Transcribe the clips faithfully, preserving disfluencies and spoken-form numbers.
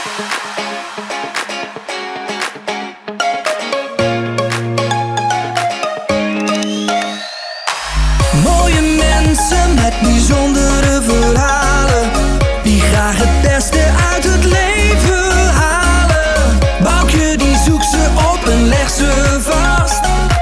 Mooie mensen met bijzondere verhalen, die graag het beste uit het leven halen. Boukje die zoekt ze op en legt ze vast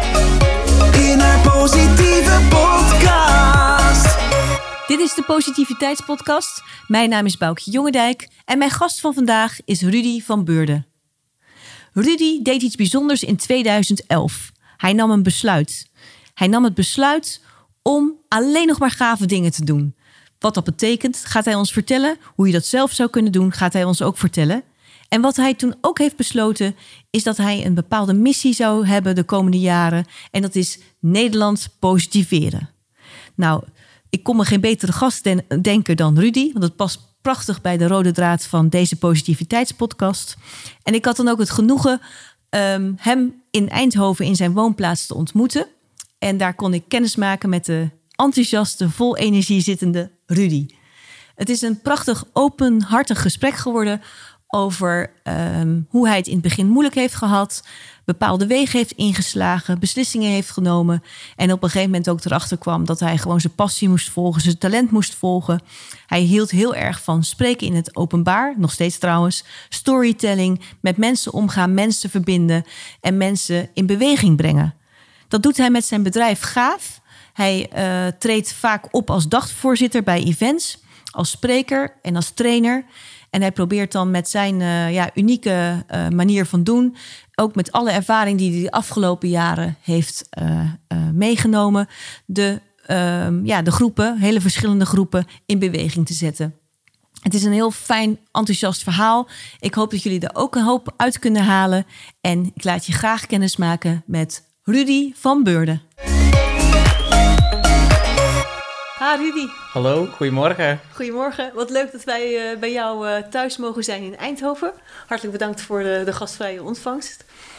in haar positieve podcast. Dit is de Positiviteitspodcast. Mijn naam is Boukje Jongendijk en mijn gast van vandaag is Rudy van Beurden. Rudy deed iets bijzonders in tweeduizend elf. Hij nam een besluit. Hij nam het besluit om alleen nog maar gave dingen te doen. Wat dat betekent, gaat hij ons vertellen. Hoe je dat zelf zou kunnen doen, gaat hij ons ook vertellen. En wat hij toen ook heeft besloten, is dat hij een bepaalde missie zou hebben de komende jaren. En dat is Nederland positiveren. Nou, ik kon me geen betere gast den- denken dan Rudy, want het past prachtig bij de rode draad van deze Positiviteitspodcast. En ik had dan ook het genoegen um, hem in Eindhoven in zijn woonplaats te ontmoeten. En daar kon ik kennis maken met de enthousiaste, vol energie zittende Rudy. Het is een prachtig, openhartig gesprek geworden over um, hoe hij het in het begin moeilijk heeft gehad, bepaalde wegen heeft ingeslagen, beslissingen heeft genomen en op een gegeven moment ook erachter kwam dat hij gewoon zijn passie moest volgen, zijn talent moest volgen. Hij hield heel erg van spreken in het openbaar, nog steeds trouwens, storytelling, met mensen omgaan, mensen verbinden en mensen in beweging brengen. Dat doet hij met zijn bedrijf Gaaf. Hij uh, treedt vaak op als dagvoorzitter bij events, als spreker en als trainer. En hij probeert dan met zijn uh, ja, unieke uh, manier van doen, ook met alle ervaring die hij de afgelopen jaren heeft uh, uh, meegenomen, de, uh, ja, de groepen, hele verschillende groepen, in beweging te zetten. Het is een heel fijn, enthousiast verhaal. Ik hoop dat jullie er ook een hoop uit kunnen halen. En ik laat je graag kennis maken met Rudy van Beurden. Ha Rudy. Hallo, goedemorgen. Goedemorgen. Wat leuk dat wij uh, bij jou uh, thuis mogen zijn in Eindhoven. Hartelijk bedankt voor de, de gastvrije ontvangst.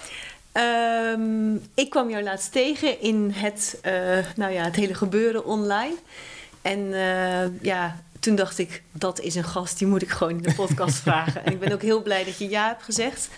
Um, ik kwam jou laatst tegen in het, uh, nou ja, het hele gebeuren online. En uh, ja, toen dacht ik, dat is een gast, die moet ik gewoon in de podcast vragen. En ik ben ook heel blij dat je ja hebt gezegd.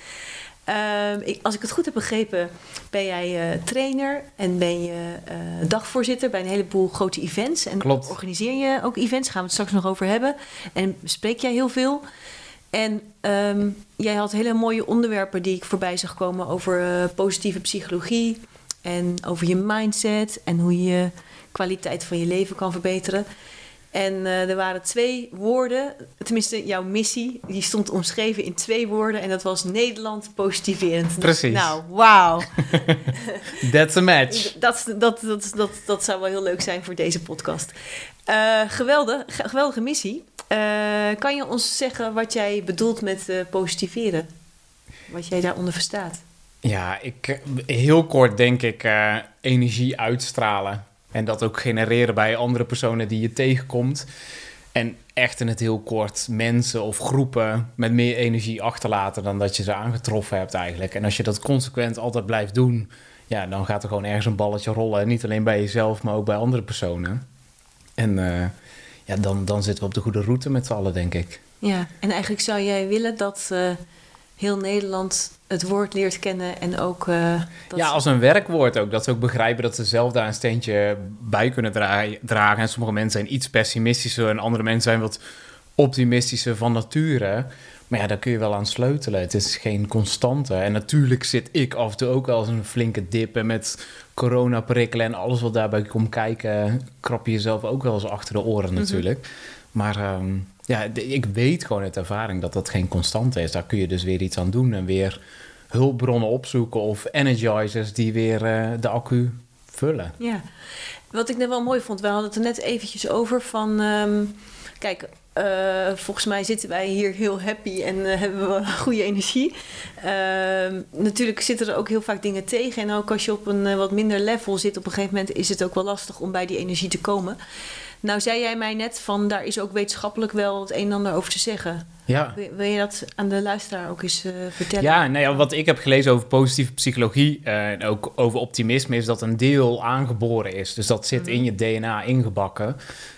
Uh, ik, als ik het goed heb begrepen, ben jij uh, trainer en ben je uh, dagvoorzitter bij een heleboel grote events. En Klopt. Organiseer je ook events, daar gaan we het straks nog over hebben. En spreek jij heel veel. En um, jij had hele mooie onderwerpen die ik voorbij zag komen over uh, positieve psychologie en over je mindset en hoe je je kwaliteit van je leven kan verbeteren. En uh, er waren twee woorden, tenminste jouw missie, die stond omschreven in twee woorden. En dat was Nederland positiverend. Precies. Nou, wauw. That's a match. Dat, dat, dat, dat, dat zou wel heel leuk zijn voor deze podcast. Uh, geweldig, geweldige missie. Uh, kan je ons zeggen wat jij bedoelt met uh, positiveren? Wat jij daaronder verstaat? Ja, ik, heel kort denk ik uh, energie uitstralen. En dat ook genereren bij andere personen die je tegenkomt. En echt in het heel kort mensen of groepen met meer energie achterlaten dan dat je ze aangetroffen hebt eigenlijk. En als je dat consequent altijd blijft doen, ja, dan gaat er gewoon ergens een balletje rollen. Niet alleen bij jezelf, maar ook bij andere personen. En uh, ja, dan, dan zitten we op de goede route met z'n allen, denk ik. Ja, en eigenlijk zou jij willen dat uh, heel Nederland het woord leert kennen en ook... Uh, dat ja, als een werkwoord ook. Dat ze ook begrijpen dat ze zelf daar een steentje bij kunnen dra- dragen. En sommige mensen zijn iets pessimistischer en andere mensen zijn wat optimistischer van nature. Maar ja, daar kun je wel aan sleutelen. Het is geen constante. En natuurlijk zit ik af en toe ook wel eens een flinke dip. En met coronaprikkelen en alles wat daarbij komt kijken, krap je jezelf ook wel eens achter de oren natuurlijk. Mm-hmm. Maar um, ja, ik weet gewoon uit ervaring dat dat geen constante is. Daar kun je dus weer iets aan doen en weer hulpbronnen opzoeken of energizers die weer uh, de accu vullen. Ja, wat ik net wel mooi vond, we hadden het er net eventjes over van... Um, kijk, uh, volgens mij zitten wij hier heel happy en uh, hebben we goede energie. Uh, natuurlijk zitten er ook heel vaak dingen tegen. En ook als je op een uh, wat minder level zit, op een gegeven moment is het ook wel lastig om bij die energie te komen. Nou zei jij mij net van, daar is ook wetenschappelijk wel het een en ander over te zeggen. Ja. Wil, wil je dat aan de luisteraar ook eens uh, vertellen? Ja, nou ja, wat ik heb gelezen over positieve psychologie uh, en ook over optimisme is dat een deel aangeboren is. Dus dat zit mm. in je D N A ingebakken.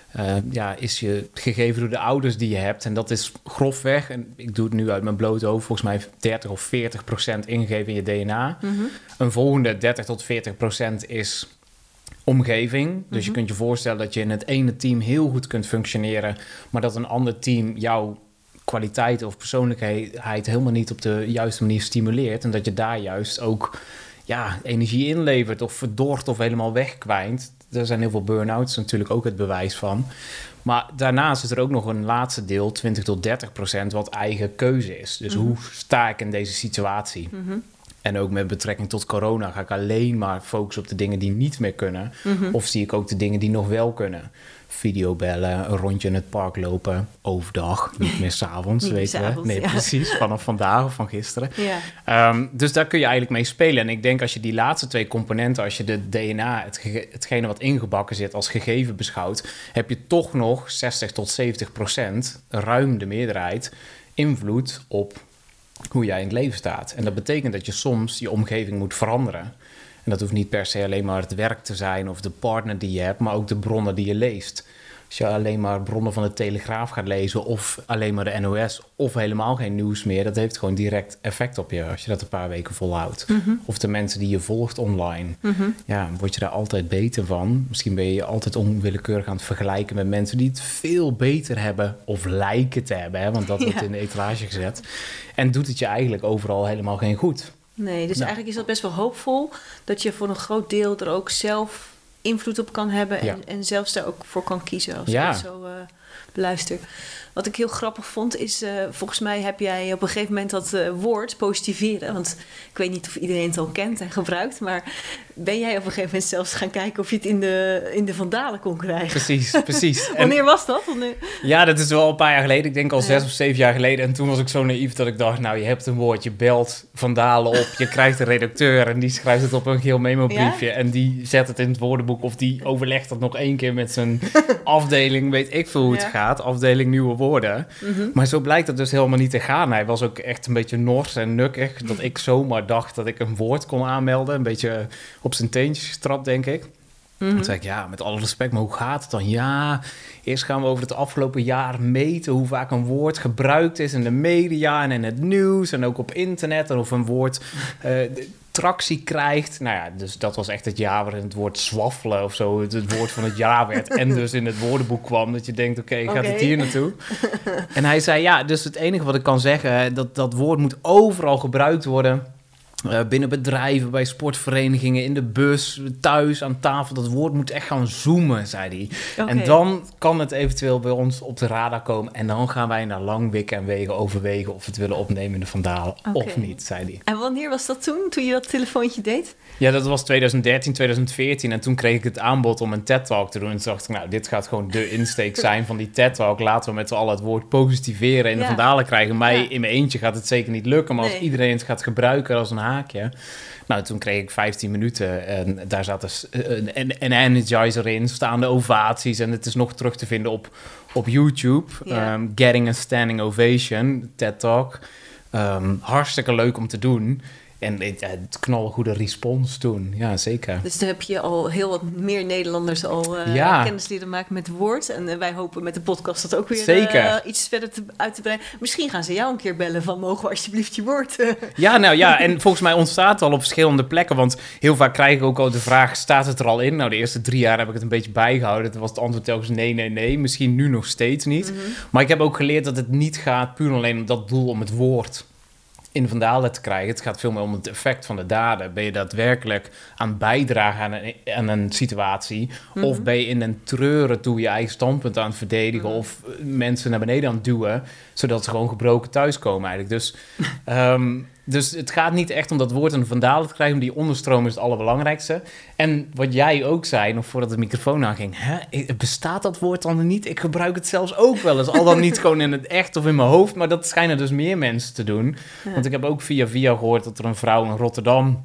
uh, ja, is je gegeven door de ouders die je hebt. En dat is grofweg, en ik doe het nu uit mijn blote hoofd, volgens mij dertig of veertig procent ingegeven in je D N A. Mm-hmm. Een volgende dertig tot veertig procent is omgeving. Dus mm-hmm. je kunt je voorstellen dat je in het ene team heel goed kunt functioneren, maar dat een ander team jouw kwaliteit of persoonlijkheid helemaal niet op de juiste manier stimuleert. En dat je daar juist ook ja, energie inlevert of verdort of helemaal wegkwijnt. Er zijn heel veel burn-outs natuurlijk ook het bewijs van. Maar daarnaast is er ook nog een laatste deel, twintig tot dertig procent, wat eigen keuze is. Dus mm-hmm. hoe sta ik in deze situatie? Mm-hmm. En ook met betrekking tot corona ga ik alleen maar focussen op de dingen die niet meer kunnen. Mm-hmm. Of zie ik ook de dingen die nog wel kunnen. Videobellen, een rondje in het park lopen, overdag, niet meer 's avonds, weten we. Nee, ja. precies, vanaf vandaag of van gisteren. Ja. Um, dus daar kun je eigenlijk mee spelen. En ik denk als je die laatste twee componenten, als je de D N A, het ge- hetgene wat ingebakken zit, als gegeven beschouwt, heb je toch nog zestig tot zeventig procent, ruim de meerderheid, invloed op hoe jij in het leven staat. En dat betekent dat je soms je omgeving moet veranderen. En dat hoeft niet per se alleen maar het werk te zijn of de partner die je hebt, maar ook de bronnen die je leest. Als je alleen maar bronnen van de Telegraaf gaat lezen of alleen maar de N O S of helemaal geen nieuws meer, dat heeft gewoon direct effect op je als je dat een paar weken volhoudt. Mm-hmm. Of de mensen die je volgt online. Mm-hmm. Ja, word je daar altijd beter van. Misschien ben je altijd onwillekeurig aan het vergelijken met mensen die het veel beter hebben of lijken te hebben, hè, want dat wordt ja. in de etalage gezet. En doet het je eigenlijk overal helemaal geen goed. Nee, dus nou. eigenlijk is dat best wel hoopvol dat je voor een groot deel er ook zelf invloed op kan hebben en, ja. en zelfs daar ook voor kan kiezen als ja. ik het zo uh, beluister. Wat ik heel grappig vond is, uh, volgens mij heb jij op een gegeven moment dat uh, woord positiveren, want ik weet niet of iedereen het al kent en gebruikt, maar ben jij op een gegeven moment zelfs gaan kijken of je het in de, in de Vandalen kon krijgen? Precies, precies. Wanneer was dat? Wanneer? Ja, dat is wel een paar jaar geleden. Ik denk al zes ja. of zeven jaar geleden. En toen was ik zo naïef dat ik dacht, nou, je hebt een woord, je belt Vandalen op, je krijgt een redacteur en die schrijft het op een geel memobriefje ja? en die zet het in het woordenboek of die overlegt dat nog één keer met zijn afdeling, weet ik veel hoe het ja. gaat, afdeling nieuwe woorden. Mm-hmm. Maar zo blijkt dat dus helemaal niet te gaan. Hij was ook echt een beetje nors en nukkig, dat ik zomaar dacht dat ik een woord kon aanmelden, een beetje op zijn teentjes getrapt, denk ik. Mm-hmm. Toen zei ik, ja, met alle respect, maar hoe gaat het dan? Ja, eerst gaan we over het afgelopen jaar meten hoe vaak een woord gebruikt is in de media en in het nieuws en ook op internet en of een woord uh, tractie krijgt. Nou ja, dus dat was echt het jaar waarin het woord zwaffelen of zo het, het woord van het jaar werd en dus in het woordenboek kwam, dat je denkt, oké, okay, gaat okay. het hier naartoe? En hij zei, ja, dus het enige wat ik kan zeggen, dat dat woord moet overal gebruikt worden. Uh, binnen bedrijven, bij sportverenigingen, in de bus, thuis, aan tafel. Dat woord moet echt gaan zoomen, zei hij. Okay. En dan kan het eventueel bij ons op de radar komen. En dan gaan wij naar lang wikken en wegen overwegen of we het willen opnemen in de Vandalen okay. of niet, zei hij. En wanneer was dat toen, toen je dat telefoontje deed? Ja, dat was twintig dertien, twintig veertien. En toen kreeg ik het aanbod om een TED-talk te doen. En toen dacht ik, nou, dit gaat gewoon de insteek zijn van die TED-talk. Laten we met z'n allen het woord positiveren in ja. de Vandalen krijgen. Mij ja. in mijn eentje gaat het zeker niet lukken. Maar nee. als iedereen het gaat gebruiken als een haakje. Nou, toen kreeg ik vijftien minuten en daar zat dus een, een energizer in, staande ovaties. En het is nog terug te vinden op, op YouTube. Ja. Um, Getting a Standing Ovation, TED-talk. Um, hartstikke leuk om te doen. En het, het knalgoede respons toen, ja zeker. Dus dan heb je al heel wat meer Nederlanders al uh, ja. kennis leren maken met het woord. En uh, wij hopen met de podcast dat ook weer uh, iets verder te, uit te breiden. Misschien gaan ze jou een keer bellen van, mogen we alsjeblieft je woord? Uh. Ja, nou ja, en volgens mij ontstaat het al op verschillende plekken. Want heel vaak krijg ik ook al de vraag, staat het er al in? Nou, de eerste drie jaar heb ik het een beetje bijgehouden. Toen was het antwoord telkens nee, nee, nee. Misschien nu nog steeds niet. Mm-hmm. Maar ik heb ook geleerd dat het niet gaat puur alleen om dat doel, om het woord in Vandalen te krijgen. Het gaat veel meer om het effect van de daden. Ben je daadwerkelijk aan het bijdragen aan een, aan een situatie? Mm-hmm. Of ben je in een treuren toe je eigen standpunt aan het verdedigen? Mm-hmm. Of mensen naar beneden aan het duwen, zodat ze gewoon gebroken thuiskomen eigenlijk. Dus, um, dus het gaat niet echt om dat woord in Vandalen te krijgen. Die onderstroom is het allerbelangrijkste. En wat jij ook zei, nog voordat de microfoon aanging, hè, bestaat dat woord dan niet? Ik gebruik het zelfs ook wel eens. Al dan niet gewoon in het echt of in mijn hoofd. Maar dat schijnen dus meer mensen te doen. Ja. Want ik heb ook via via gehoord dat er een vrouw in Rotterdam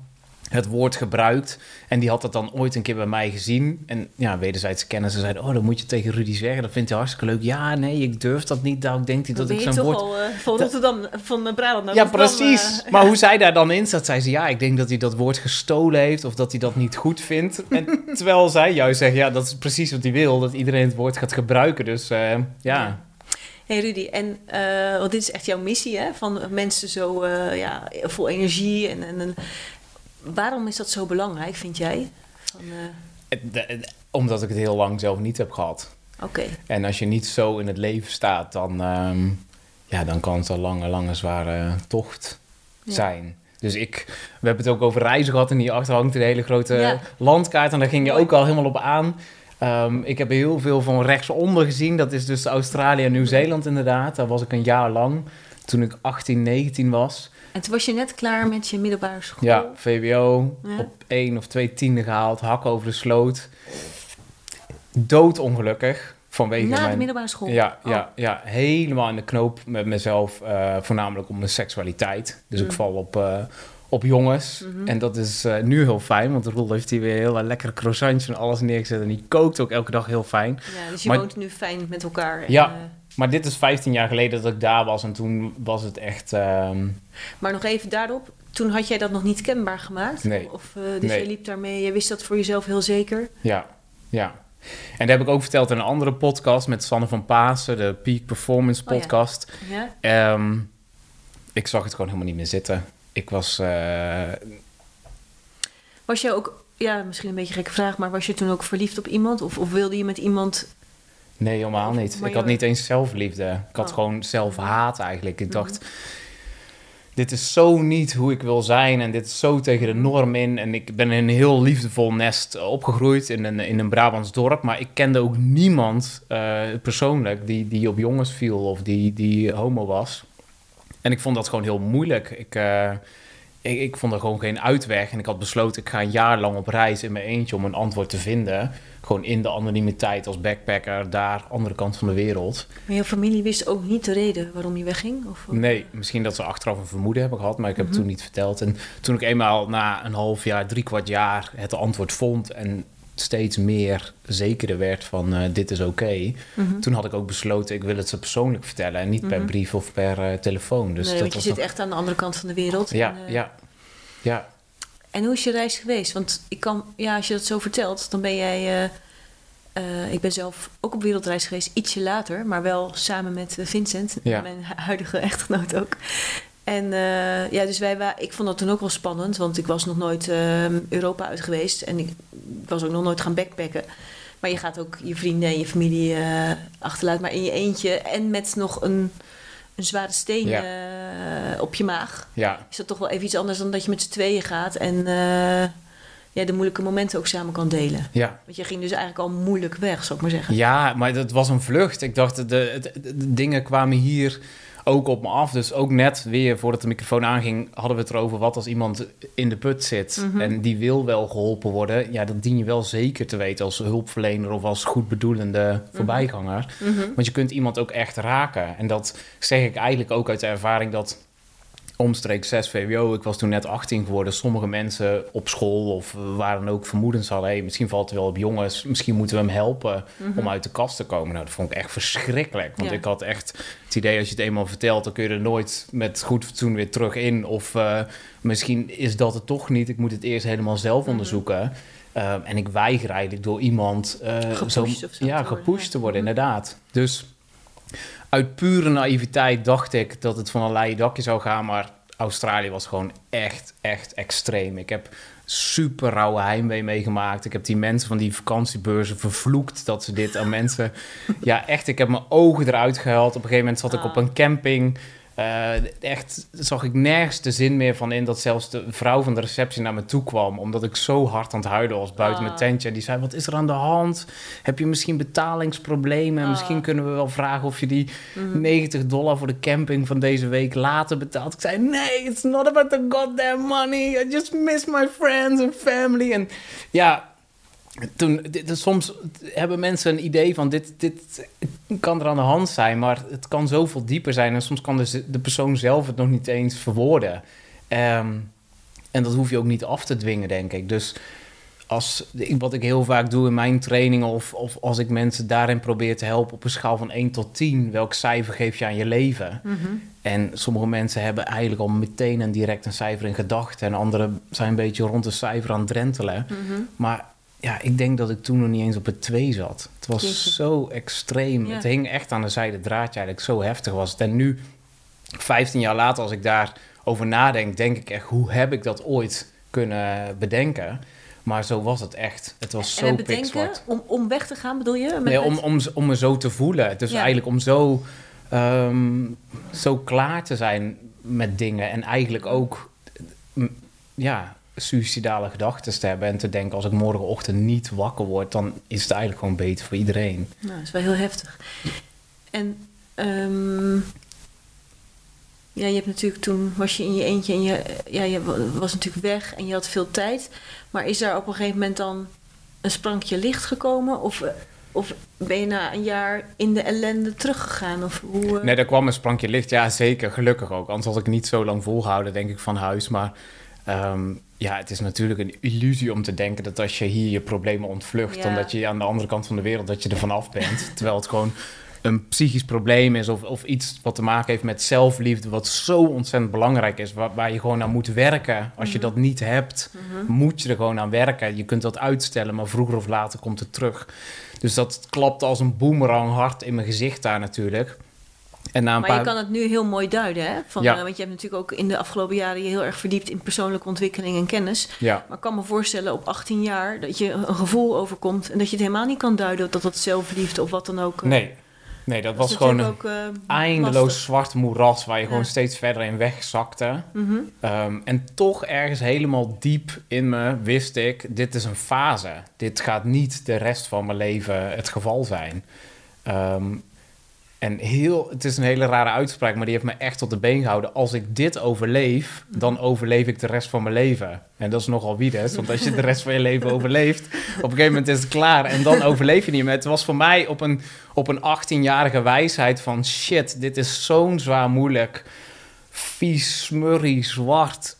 het woord gebruikt. En die had dat dan ooit een keer bij mij gezien. En ja, wederzijds kennen ze zeiden... oh, dat moet je tegen Rudy zeggen. Dat vindt hij hartstikke leuk. Ja, nee, ik durf dat niet. Daarom denkt hij dat ik zo'n woord... Ben je toch al uh, van Rotterdam, van Brabant naar Ja, Rotterdam, precies. Uh, maar ja. hoe zij daar dan in zat, zei ze... ja, ik denk dat hij dat woord gestolen heeft... of dat hij dat niet goed vindt. En terwijl zij juist zegt... ja, dat is precies wat hij wil. Dat iedereen het woord gaat gebruiken. Dus uh, ja... ja. Hey Rudy, en uh, want dit is echt jouw missie, hè? Van mensen zo uh, ja, vol energie. En, en, en waarom is dat zo belangrijk, vind jij? Van, uh... de, de, omdat ik het heel lang zelf niet heb gehad. Oké. Okay. En als je niet zo in het leven staat, dan, um, ja, dan kan het een lange, lange, zware tocht ja. zijn. Dus ik, we hebben het ook over reizen gehad en hier achter hangt een hele grote ja. landkaart. En daar ging je ook al helemaal op aan. Um, ik heb heel veel van rechtsonder gezien. Dat is dus Australië en Nieuw-Zeeland inderdaad. Daar was ik een jaar lang, toen ik achttien, negentien was. En toen was je net klaar met je middelbare school? Ja, V W O, ja. op één of twee tienden gehaald, hak over de sloot. Doodongelukkig. Vanwege Na mijn... de middelbare school? Ja, oh. ja, ja, helemaal in de knoop met mezelf. Uh, voornamelijk om mijn seksualiteit. Dus mm. ik val op... Uh, op jongens. Mm-hmm. En dat is uh, nu heel fijn, want Roel heeft hier weer heel lekkere croissantjes en alles neergezet. En die kookt ook elke dag heel fijn. Ja, dus je maar, woont nu fijn met elkaar. En, ja, uh... maar dit is vijftien jaar geleden dat ik daar was en toen was het echt... Um... Maar nog even daarop, toen had jij dat nog niet kenbaar gemaakt? Nee. Of, uh, dus nee. je liep daarmee, je wist dat voor jezelf heel zeker? Ja, ja. En dat heb ik ook verteld in een andere podcast met Sanne van Pasen, de Peak Performance podcast. Oh ja. Ja? Um, ik zag het gewoon helemaal niet meer zitten. Ik was... Uh... Was je ook, ja, misschien een beetje een gekke vraag, maar was je toen ook verliefd op iemand? Of, of wilde je met iemand... Nee, helemaal of, niet. Ik je... had niet eens zelfliefde. Ik had oh. gewoon zelfhaat eigenlijk. Ik dacht, mm-hmm. dit is zo niet hoe ik wil zijn en dit is zo tegen de norm in. En ik ben in een heel liefdevol nest opgegroeid in een, in een Brabants dorp, maar ik kende ook niemand uh, persoonlijk die, die op jongens viel of die, die homo was. En ik vond dat gewoon heel moeilijk. Ik, uh, ik, ik vond er gewoon geen uitweg. En ik had besloten, ik ga een jaar lang op reis in mijn eentje om een antwoord te vinden. Gewoon in de anonimiteit als backpacker, daar, andere kant van de wereld. Maar jouw familie wist ook niet de reden waarom je wegging? Of, of... Nee, misschien dat ze achteraf een vermoeden hebben gehad, maar ik heb mm-hmm. het toen niet verteld. En toen ik eenmaal na een half jaar, drie kwart jaar het antwoord vond en steeds meer zekerder werd van uh, dit is oké. Okay. Mm-hmm. Toen had ik ook besloten, ik wil het ze persoonlijk vertellen en niet mm-hmm. per brief of per uh, telefoon. Dus nee, dat want je was zit nog... echt aan de andere kant van de wereld. Ja, en, uh... ja, ja. En hoe is je reis geweest? Want ik kan, ja, als je dat zo vertelt, dan ben jij... Uh, uh, ik ben zelf ook op wereldreis geweest, ietsje later, maar wel samen met Vincent, ja. mijn huidige echtgenoot ook. En uh, ja, dus wij waren, ik vond dat toen ook wel spannend, want ik was nog nooit uh, Europa uit geweest en ik was ook nog nooit gaan backpacken. Maar je gaat ook je vrienden en je familie uh, achterlaten, maar in je eentje en met nog een, een zware steen ja. uh, op je maag. Ja. Is dat toch wel even iets anders dan dat je met z'n tweeën gaat en uh, ja, de moeilijke momenten ook samen kan delen. Ja. Want je ging dus eigenlijk al moeilijk weg, zou ik maar zeggen. Ja, maar dat was een vlucht. Ik dacht, de, de, de, de dingen kwamen hier ook op me af. Dus ook net weer voordat de microfoon aanging, hadden we het erover wat als iemand in de put zit mm-hmm. en die wil wel geholpen worden. Ja, dat dien je wel zeker te weten als hulpverlener of als goedbedoelende mm-hmm. voorbijganger. Mm-hmm. Want je kunt iemand ook echt raken. En dat zeg ik eigenlijk ook uit de ervaring dat omstreeks zes V W O, ik was toen net achttien geworden. Sommige mensen op school of waar dan ook vermoedens hadden, hey, misschien valt hij wel op jongens, misschien moeten we hem helpen mm-hmm. om uit de kast te komen. Nou, dat vond ik echt verschrikkelijk. Want ja. ik had echt het idee, als je het eenmaal vertelt, dan kun je er nooit met goed fatsoen weer terug in. Of uh, misschien is dat het toch niet. Ik moet het eerst helemaal zelf mm-hmm. onderzoeken. Uh, en ik weiger eigenlijk door iemand uh, gepusht, zo, of zo ja, te gepusht worden. te worden, Mm-hmm. inderdaad. Dus uit pure naïviteit dacht ik dat het van een leien dakje zou gaan, maar Australië was gewoon echt, echt extreem. Ik heb super rauwe heimwee meegemaakt. Ik heb die mensen van die vakantiebeurzen vervloekt dat ze dit aan mensen... Ja, echt, ik heb mijn ogen eruit gehaald. Op een gegeven moment zat ik op een camping. Uh, echt zag ik nergens de zin meer van in dat zelfs de vrouw van de receptie naar me toe kwam, omdat ik zo hard aan het huilen was buiten oh. mijn tentje. En die zei, wat is er aan de hand? Heb je misschien betalingsproblemen? Oh. Misschien kunnen we wel vragen of je die mm-hmm. negentig dollar voor de camping van deze week later betaalt. Ik zei, nee, it's not about the goddamn money. I just miss my friends and family. En ja, toen, dit, soms hebben mensen een idee van dit, dit kan er aan de hand zijn, maar het kan zoveel dieper zijn en soms kan de, de persoon zelf het nog niet eens verwoorden. Um, En dat hoef je ook niet af te dwingen, denk ik. Dus als, wat ik heel vaak doe in mijn trainingen... Of, of als ik mensen daarin probeer te helpen... op een schaal van één tot tien... welk cijfer geef je aan je leven? Mm-hmm. En sommige mensen hebben eigenlijk al meteen... en direct een cijfer in gedachten... en anderen zijn een beetje rond een cijfer aan het drentelen. Mm-hmm. Maar ja, ik denk dat ik toen nog niet eens op het twee zat. Het was Jeetje. zo extreem. Ja. Het hing echt aan de zijde draadje eigenlijk. Zo heftig was het. En nu, vijftien jaar later, als ik daarover nadenk... denk ik echt, hoe heb ik dat ooit kunnen bedenken? Maar zo was het echt. Het was En zo het bedenken, pikzwart. om, om weg te gaan, bedoel je? Met, Nee, met- om, om, om me zo te voelen. Dus Ja. eigenlijk om zo, um, zo klaar te zijn met dingen. En eigenlijk ook m, ja, suïcidale gedachten te hebben. En te denken, als ik morgenochtend niet wakker word... dan is het eigenlijk gewoon beter voor iedereen. Nou, dat is wel heel heftig. En ehm, ja, je hebt natuurlijk toen was je in je eentje en je, ja, je wa- was natuurlijk weg en je had veel tijd. Maar is daar op een gegeven moment dan een sprankje licht gekomen? Of, eh, of ben je na een jaar in de ellende teruggegaan? Of hoe, eh? Nee, daar kwam een sprankje licht. Ja, zeker. Gelukkig ook. Anders had ik niet zo lang volgehouden, denk ik, van huis. Maar um, ja, het is natuurlijk een illusie om te denken... dat als je hier je problemen ontvlucht... Ja. dan dat je aan de andere kant van de wereld... dat je er vanaf bent. Terwijl het gewoon een psychisch probleem is... Of, of iets wat te maken heeft met zelfliefde... wat zo ontzettend belangrijk is... waar, waar je gewoon aan moet werken. Als je dat niet hebt, Mhm. moet je er gewoon aan werken. Je kunt dat uitstellen, maar vroeger of later komt het terug. Dus dat klapte als een boemerang hard in mijn gezicht daar natuurlijk... En na een Maar paar... je kan het nu heel mooi duiden, hè? Van, Ja. eh, want je hebt natuurlijk ook in de afgelopen jaren je heel erg verdiept in persoonlijke ontwikkeling en kennis. Ja. Maar ik kan me voorstellen op achttien jaar dat je een gevoel overkomt en dat je het helemaal niet kan duiden dat dat zelfliefde of wat dan ook. eh, Nee, nee, dat, dat was is gewoon een natuurlijk ook, eh, eindeloos lastig. zwart moeras waar je Ja. gewoon steeds verder in wegzakte. Mhm. Um, en toch ergens helemaal diep in me wist ik, dit is een fase. Dit gaat niet de rest van mijn leven het geval zijn. Um, en heel, het is een hele rare uitspraak, maar die heeft me echt tot de been gehouden. Als ik dit overleef, dan overleef ik de rest van mijn leven. En dat is nogal wiedes, want als je de rest van je leven overleeft, op een gegeven moment is het klaar. En dan overleef je niet meer. Het was voor mij op een, op een achttienjarige wijsheid van shit, dit is zo'n zwaar moeilijk, vies, smurrie, zwart,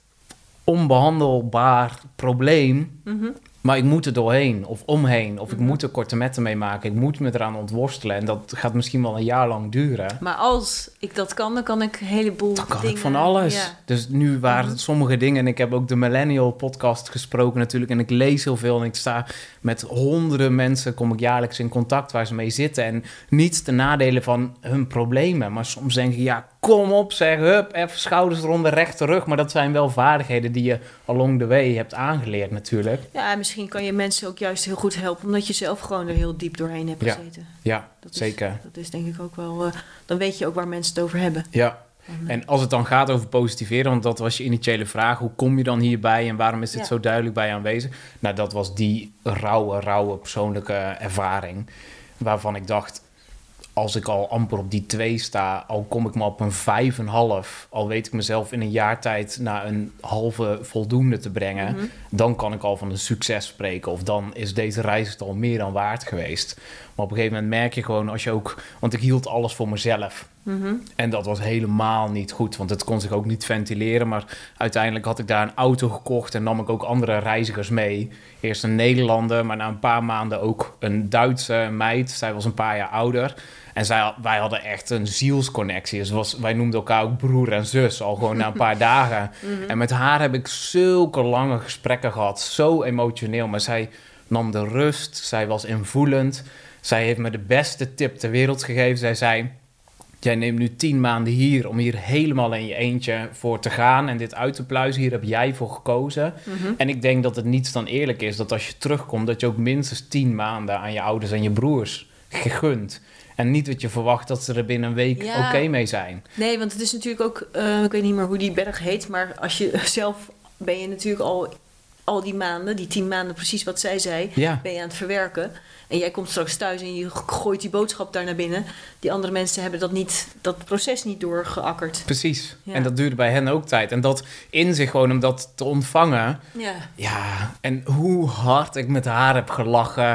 onbehandelbaar probleem. Mhm. Maar ik moet er doorheen of omheen. Of ik Mhm. moet er korte metten mee maken. Ik moet me eraan ontworstelen. En dat gaat misschien wel een jaar lang duren. Maar als ik dat kan, dan kan ik een heleboel Dan kan dingen... ik van alles. Ja. Dus nu waren Mhm. sommige dingen... en ik heb ook de Millennial podcast gesproken natuurlijk... en ik lees heel veel en ik sta met honderden mensen... kom ik jaarlijks in contact waar ze mee zitten... en niet ten nadele van hun problemen. Maar soms denk je, ja, kom op zeg, hup, even schouders eronder, rechte rug. Maar dat zijn wel vaardigheden die je along the way hebt aangeleerd natuurlijk. Ja, en misschien kan je mensen ook juist heel goed helpen... omdat je zelf gewoon er heel diep doorheen hebt Ja. gezeten. Ja, Dat is, zeker. Dat is denk ik ook wel... eh, dan weet je ook waar mensen het over hebben. Ja. Dan, eh, En als het dan gaat over positiveren, want dat was je initiële vraag, hoe kom je dan hierbij en waarom is dit Ja. zo duidelijk bij je aanwezig? Nou, dat was die rauwe, rauwe persoonlijke ervaring, waarvan ik dacht, als ik al amper op die twee sta, al kom ik maar op een vijf en half, al weet ik mezelf in een jaar tijd naar een halve voldoende te brengen, Mhm. dan kan ik al van een succes spreken. Of dan is deze reis het al meer dan waard geweest. Maar op een gegeven moment merk je gewoon als je ook, want ik hield alles voor mezelf. mhm. En dat was helemaal niet goed, want het kon zich ook niet ventileren. Maar uiteindelijk had ik daar een auto gekocht en nam ik ook andere reizigers mee. Eerst een Nederlander, maar na een paar maanden ook een Duitse meid. Zij was een paar jaar ouder. En zij, wij hadden echt een zielsconnectie. Dus was, wij noemden elkaar ook broer en zus, al gewoon na een paar dagen. Mhm. En met haar heb ik zulke lange gesprekken gehad, zo emotioneel. Maar zij nam de rust, zij was invoelend. Zij heeft me de beste tip ter wereld gegeven. Zij zei, jij neemt nu tien maanden hier om hier helemaal in je eentje voor te gaan en dit uit te pluizen. Hier heb jij voor gekozen. Mhm. En ik denk dat het niets dan eerlijk is dat als je terugkomt, dat je ook minstens tien maanden aan je ouders en je broers gegund. En niet dat je verwacht dat ze er binnen een week Ja. oké mee zijn. Nee, want het is natuurlijk ook... eh, ik weet niet meer hoe die berg heet... maar als je zelf ben je natuurlijk al, al die maanden... die tien maanden, precies wat zij zei... Ja, ben je aan het verwerken. En jij komt straks thuis en je gooit die boodschap daar naar binnen. Die andere mensen hebben dat, niet, dat proces niet doorgeakkerd. precies. Ja. En dat duurde bij hen ook tijd. En dat in zich gewoon om dat te ontvangen... Ja. Ja, en hoe hard ik met haar heb gelachen.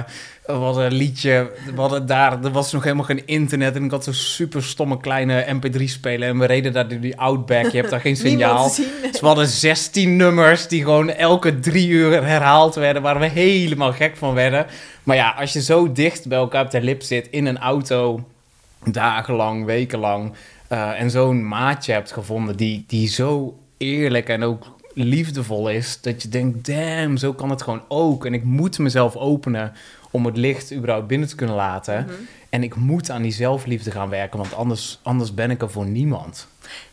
We hadden een liedje, we hadden daar, er was nog helemaal geen internet en ik had zo'n super stomme kleine M P drie speler en we reden daar door die Outback, je hebt daar geen signaal. Dus we hadden zestien nummers die gewoon elke drie uur herhaald werden, waar we helemaal gek van werden. Maar ja, als je zo dicht bij elkaar op de lip zit in een auto, dagenlang, wekenlang, uh, en zo'n maatje hebt gevonden die, die zo eerlijk en ook liefdevol is, dat je denkt, damn, zo kan het gewoon ook. En ik moet mezelf openen om het licht überhaupt binnen te kunnen laten. Mm-hmm. En ik moet aan die zelfliefde gaan werken, want anders, anders ben ik er voor niemand.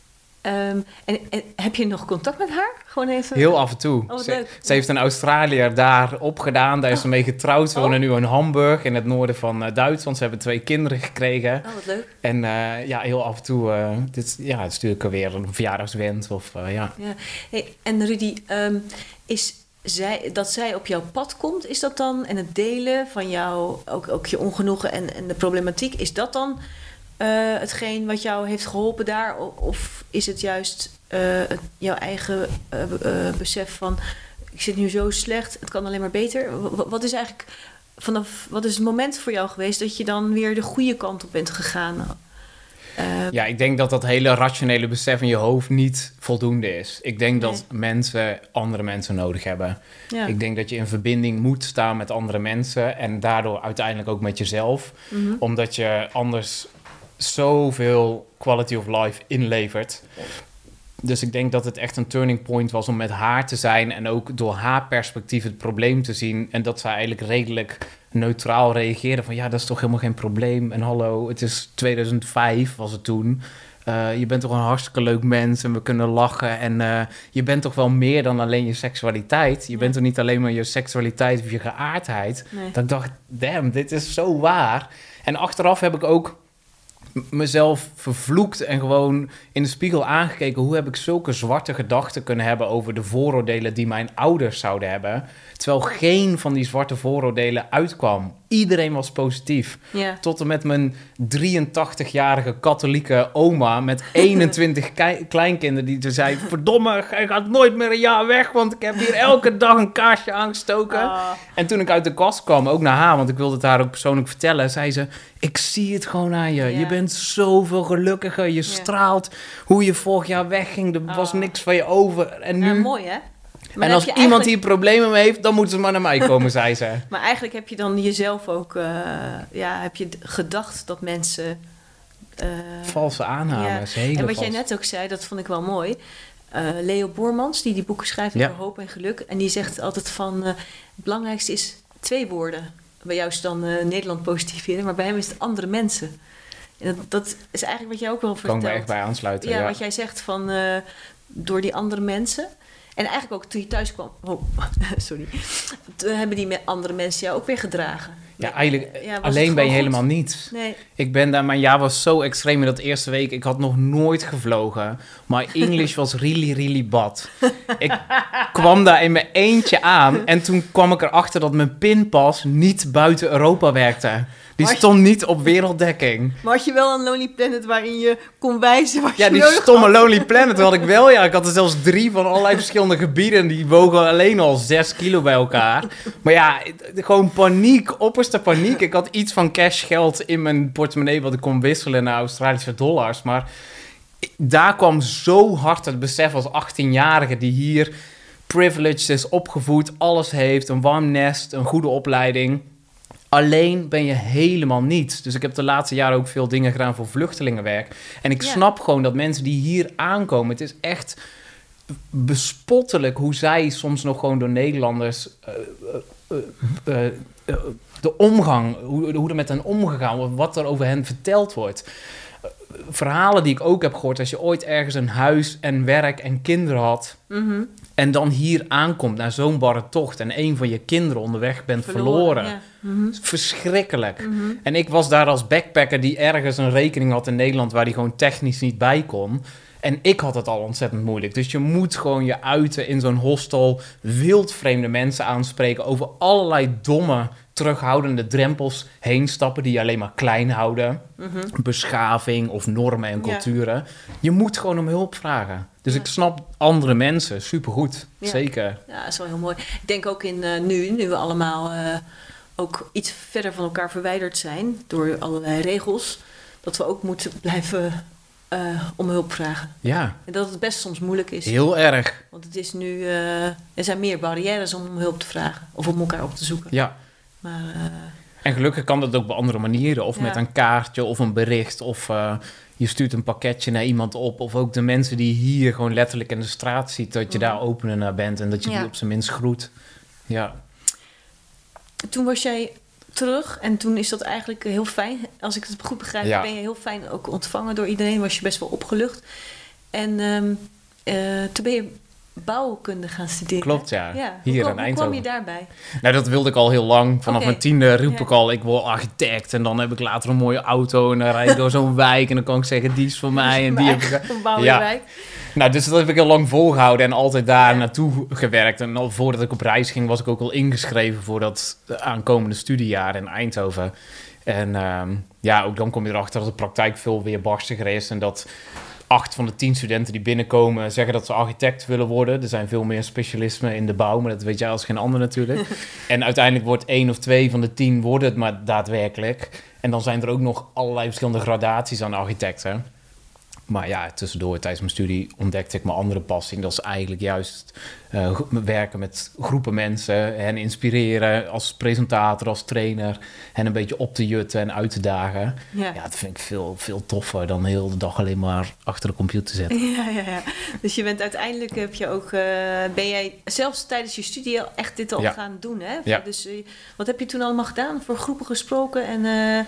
Um, en, en heb je nog contact met haar? Gewoon even... Heel af en toe. Oh, ze, ze heeft een Australiër daar opgedaan. Daar is ze mee getrouwd. Ze wonen oh. nu in Hamburg, in het noorden van uh, Duitsland. Ze hebben twee kinderen gekregen. Oh, wat leuk. En uh, ja, heel af en toe... Uh, dit, ja, het is natuurlijk weer een verjaardagswens. Of, uh, ja. Ja. Hey, en Rudy, um, is zij, dat zij op jouw pad komt, is dat dan... en het delen van jou, ook, ook je ongenoegen en, en de problematiek... is dat dan... Uh, hetgeen wat jou heeft geholpen daar? Of is het juist uh, het, jouw eigen uh, uh, besef van... ik zit nu zo slecht, het kan alleen maar beter? W- wat is eigenlijk vanaf wat is het moment voor jou geweest... dat je dan weer de goede kant op bent gegaan? Uh, ja, ik denk dat dat hele rationele besef in je hoofd niet voldoende is. Ik denk nee. dat mensen andere mensen nodig hebben. Ja. Ik denk dat je in verbinding moet staan met andere mensen... en daardoor uiteindelijk ook met jezelf. Mm-hmm. Omdat je anders... zoveel quality of life inlevert. Dus ik denk dat het echt een turning point was om met haar te zijn... en ook door haar perspectief het probleem te zien... en dat zij eigenlijk redelijk neutraal reageerde van... ja, dat is toch helemaal geen probleem. En hallo, het is tweeduizend vijf was het toen. Uh, je bent toch een hartstikke leuk mens en we kunnen lachen. En uh, je bent toch wel meer dan alleen je seksualiteit. Je ja. bent toch niet alleen maar je seksualiteit of je geaardheid. Nee. Dat ik dacht, damn, dit is zo waar. En achteraf heb ik ook... mezelf vervloekt en gewoon in de spiegel aangekeken... hoe heb ik zulke zwarte gedachten kunnen hebben... over de vooroordelen die mijn ouders zouden hebben... terwijl geen van die zwarte vooroordelen uitkwam. Iedereen was positief. Ja. Tot en met mijn drieëntachtigjarige katholieke oma... met eenentwintig ke- kleinkinderen die toen zei... verdomme, jij gaat nooit meer een jaar weg... want ik heb hier elke dag een kaarsje aangestoken. Oh. En toen ik uit de kast kwam, ook naar haar... want ik wilde het haar ook persoonlijk vertellen... zei ze, ik zie het gewoon aan je. Ja. Je bent zoveel gelukkiger, je ja. straalt. Hoe je vorig jaar wegging, er was oh. niks van je over. En nu... Ja, mooi, hè? Maar en als iemand eigenlijk... hier problemen mee heeft, dan moeten ze maar naar mij komen, zei ze. Maar eigenlijk heb je dan jezelf ook... Uh, ja, heb je gedacht dat mensen... Uh, valse aannames, ja. hele En wat vals. jij net ook zei, dat vond ik wel mooi. Uh, Leo Boermans, die die boeken schrijft over ja. hoop en geluk. En die zegt altijd van... Uh, het belangrijkste is twee woorden. Bij jou is dan uh, Nederland positiveren, maar bij hem is het andere mensen. En dat, dat is eigenlijk wat jij ook wel vertelt. Kan ik me echt bij aansluiten, ja. Ja, wat jij zegt van... Uh, door die andere mensen... En eigenlijk ook toen je thuis kwam... Oh, sorry. Toen hebben die me- andere mensen jou ook weer gedragen. Ja, eigenlijk ja, alleen ben je goed? helemaal niet. Nee. Ik ben daar... Mijn jaar was zo extreem in dat eerste week. Ik had nog nooit gevlogen. Maar English was really, really bad. Ik kwam daar in mijn eentje aan. En toen kwam ik erachter dat mijn pinpas niet buiten Europa werkte. Die stond niet op werelddekking. Maar had je wel een Lonely Planet waarin je kon wijzen wat ja, je die stomme had? Lonely Planet had ik wel. Ja, ik had er zelfs drie van allerlei verschillende gebieden. Die wogen alleen al zes kilo bij elkaar. Maar ja, gewoon paniek, opperste paniek. Ik had iets van cash geld in mijn portemonnee wat ik kon wisselen naar Australische dollars. Maar daar kwam zo hard het besef als achttienjarige die hier privileged is, opgevoed, alles heeft, een warm nest, een goede opleiding. Alleen ben je helemaal niets. Dus ik heb de laatste jaren ook veel dingen gedaan voor vluchtelingenwerk. En ik ja. snap gewoon dat mensen die hier aankomen... het is echt bespottelijk hoe zij soms nog gewoon door Nederlanders... Uh, uh, uh, uh, uh, de omgang, hoe, hoe er met hen omgegaan wordt... wat er over hen verteld wordt. Uh, verhalen die ik ook heb gehoord... als je ooit ergens een huis en werk en kinderen had... Mm-hmm. en dan hier aankomt naar zo'n barre tocht... en een van je kinderen onderweg bent verloren... verloren. Ja. Mm-hmm. Verschrikkelijk. Mm-hmm. En ik was daar als backpacker die ergens een rekening had in Nederland... waar die gewoon technisch niet bij kon. En ik had het al ontzettend moeilijk. Dus je moet gewoon je uiten in zo'n hostel... wildvreemde mensen aanspreken... over allerlei domme, terughoudende drempels heen stappen... die je alleen maar klein houden. Mm-hmm. Beschaving of normen en culturen. Ja. Je moet gewoon om hulp vragen. Dus ja. ik snap andere mensen supergoed. Ja. Zeker. Ja, dat is wel heel mooi. Ik denk ook in uh, nu, nu we allemaal... Uh, ook iets verder van elkaar verwijderd zijn door allerlei regels, dat we ook moeten blijven uh, om hulp vragen. Ja. En dat het best soms moeilijk is. Heel erg. Want het is nu, uh, er zijn meer barrières om hulp te vragen of om elkaar op te zoeken. Ja. Maar, uh, en gelukkig kan dat ook op andere manieren. Of ja. met een kaartje of een bericht. Of uh, je stuurt een pakketje naar iemand op. Of ook de mensen die hier gewoon letterlijk in de straat ziet, dat je mm. daar opener naar bent en dat je ja. die op zijn minst groet. Ja. Toen was jij terug en toen is dat eigenlijk heel fijn. Als ik het goed begrijp, ja. ben je heel fijn ook ontvangen door iedereen. Was je best wel opgelucht. En um, uh, toen ben je bouwkunde gaan studeren. Klopt, ja. ja. Hier hoe, in Eindhoven. Hoe kwam je daarbij? Nou, dat wilde ik al heel lang. Vanaf okay. mijn tiende riep ja. ik al, ik word architect. En dan heb ik later een mooie auto en dan rijd ik door zo'n wijk. En dan kan ik zeggen, die is van mij. En die heb ik... Een ja. wijk. Nou, dus dat heb ik heel lang volgehouden en altijd daar ja. naartoe gewerkt. En al voordat ik op reis ging, was ik ook al ingeschreven voor dat aankomende studiejaar in Eindhoven. En um, ja, ook dan kom je erachter dat de praktijk veel weerbarstiger is. En dat acht van de tien studenten die binnenkomen zeggen dat ze architect willen worden. Er zijn veel meer specialismen in de bouw, maar dat weet jij als geen ander natuurlijk. En uiteindelijk wordt één of twee van de tien worden het maar daadwerkelijk. En dan zijn er ook nog allerlei verschillende gradaties aan architecten. Maar ja, tussendoor tijdens mijn studie ontdekte ik mijn andere passie. Dat is eigenlijk juist uh, werken met groepen mensen. Hen inspireren als presentator, als trainer. Hen een beetje op te jutten en uit te dagen. Ja, ja dat vind ik veel, veel toffer dan heel de dag alleen maar achter de computer zitten. Ja, ja, ja. Dus je bent uiteindelijk, heb je ook, uh, ben jij zelfs tijdens je studie echt dit al ja. gaan doen, hè? Ja. Dus uh, wat heb je toen allemaal gedaan? Voor groepen gesproken en... Uh,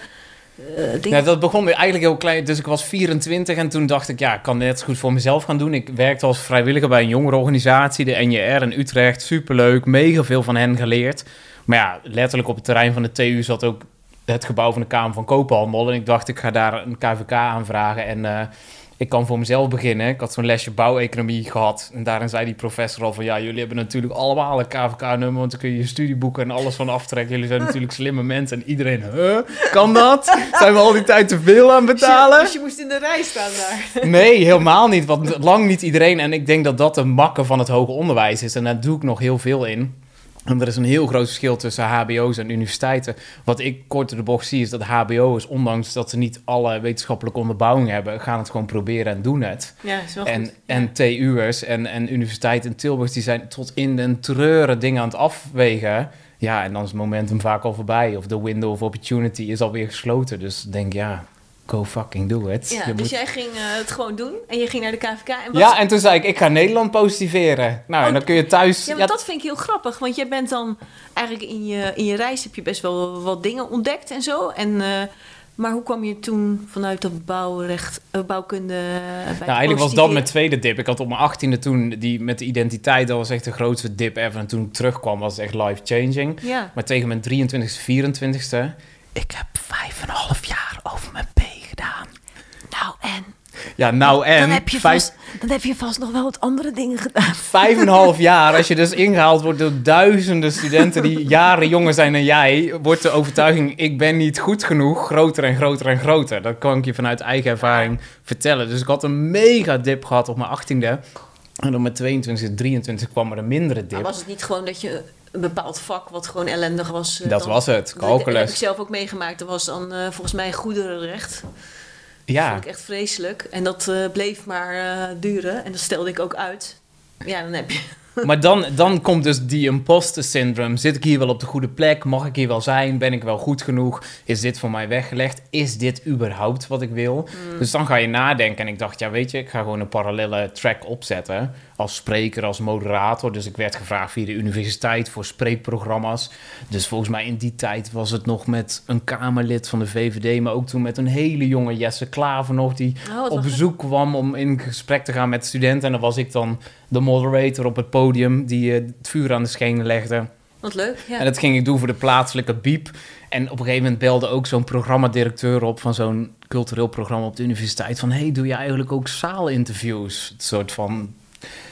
Uh, ja, dat begon eigenlijk heel klein. Dus ik was vierentwintig en toen dacht ik, ja, ik kan net zo goed voor mezelf gaan doen. Ik werkte als vrijwilliger bij een jongerenorganisatie, de N J R in Utrecht. Superleuk, mega veel van hen geleerd. Maar ja, letterlijk op het terrein van de T U zat ook het gebouw van de Kamer van Koophandel. En ik dacht, ik ga daar een K V K aanvragen en... Uh, ik kan voor mezelf beginnen. Ik had zo'n lesje bouweconomie gehad. En daarin zei die professor al van... ja, jullie hebben natuurlijk allemaal een K V K-nummer... want dan kun je je studieboeken en alles van aftrekken. Jullie zijn natuurlijk slimme mensen. En iedereen, huh? Kan dat? Zijn we al die tijd te veel aan betalen? Dus je moest in de rij staan daar? Nee, helemaal niet. Want lang niet iedereen. En ik denk dat dat de makke van het hoger onderwijs is. En daar doe ik nog heel veel in. En er is een heel groot verschil tussen H B O's en universiteiten. Wat ik kort in de bocht zie is dat H B O's, ondanks dat ze niet alle wetenschappelijke onderbouwing hebben, gaan het gewoon proberen en doen het. Ja, is wel en, goed. En ja. T U'ers en, en universiteiten in Tilburg, die zijn tot in den treuren dingen aan het afwegen. Ja, en dan is het momentum vaak al voorbij. Of de window of opportunity is alweer gesloten. Dus denk ja... go fucking do it. Ja, je dus moet... jij ging uh, het gewoon doen en je ging naar de K V K. En wat... Ja, en toen zei ik, ik ga Nederland positiveren. Nou, oh, en dan kun je thuis... Ja, maar ja, dat vind ik heel grappig. Want jij bent dan eigenlijk in je, in je reis heb je best wel wat dingen ontdekt en zo. En, uh, maar hoe kwam je toen vanuit dat bouwrecht, uh, bouwkunde... Uh, bij nou, eigenlijk was dat mijn tweede dip. Ik had op mijn achttiende toen die met de identiteit, dat was echt de grootste dip ever. En toen ik terugkwam was het echt life-changing. Ja. Maar tegen mijn drieëntwintigste, vierentwintigste... Ik heb vijf en een half jaar over mijn P gedaan. Nou en? Ja, nou en... Dan heb, je vijf... vast, dan heb je vast nog wel wat andere dingen gedaan. Vijf en een half jaar, als je dus ingehaald wordt door duizenden studenten die jaren jonger zijn dan jij, wordt de overtuiging, ik ben niet goed genoeg, groter en groter en groter. Dat kan ik je vanuit eigen ervaring vertellen. Dus ik had een mega dip gehad op mijn achttiende. En op mijn tweeëntwintigste, drieëntwintigste kwam er een mindere dip. Maar was het niet gewoon dat je een bepaald vak wat gewoon ellendig was? Uh, dat dan, was het, calculus. Dat heb ik zelf ook meegemaakt. Dat was dan uh, volgens mij goederenrecht. Ja. Dat vond ik echt vreselijk. En dat uh, bleef maar uh, duren. En dat stelde ik ook uit. Ja, dan heb je... Maar dan, dan komt dus die imposter syndrome. Zit ik hier wel op de goede plek? Mag ik hier wel zijn? Ben ik wel goed genoeg? Is dit voor mij weggelegd? Is dit überhaupt wat ik wil? Mm. Dus dan ga je nadenken. En ik dacht, ja weet je, ik ga gewoon een parallele track opzetten. Als spreker, als moderator. Dus ik werd gevraagd via de universiteit voor spreekprogramma's. Dus volgens mij in die tijd was het nog met een Kamerlid van de V V D. Maar ook toen met een hele jonge Jesse Klaver nog. Die oh, op bezoek kwam om in gesprek te gaan met studenten. En dan was ik dan de moderator op het podium die uh, het vuur aan de schenen legde. Wat leuk, ja. En dat ging ik doen voor de plaatselijke biep. En op een gegeven moment belde ook zo'n programmadirecteur op van zo'n cultureel programma op de universiteit van, hey, doe je eigenlijk ook zaalinterviews? Het soort van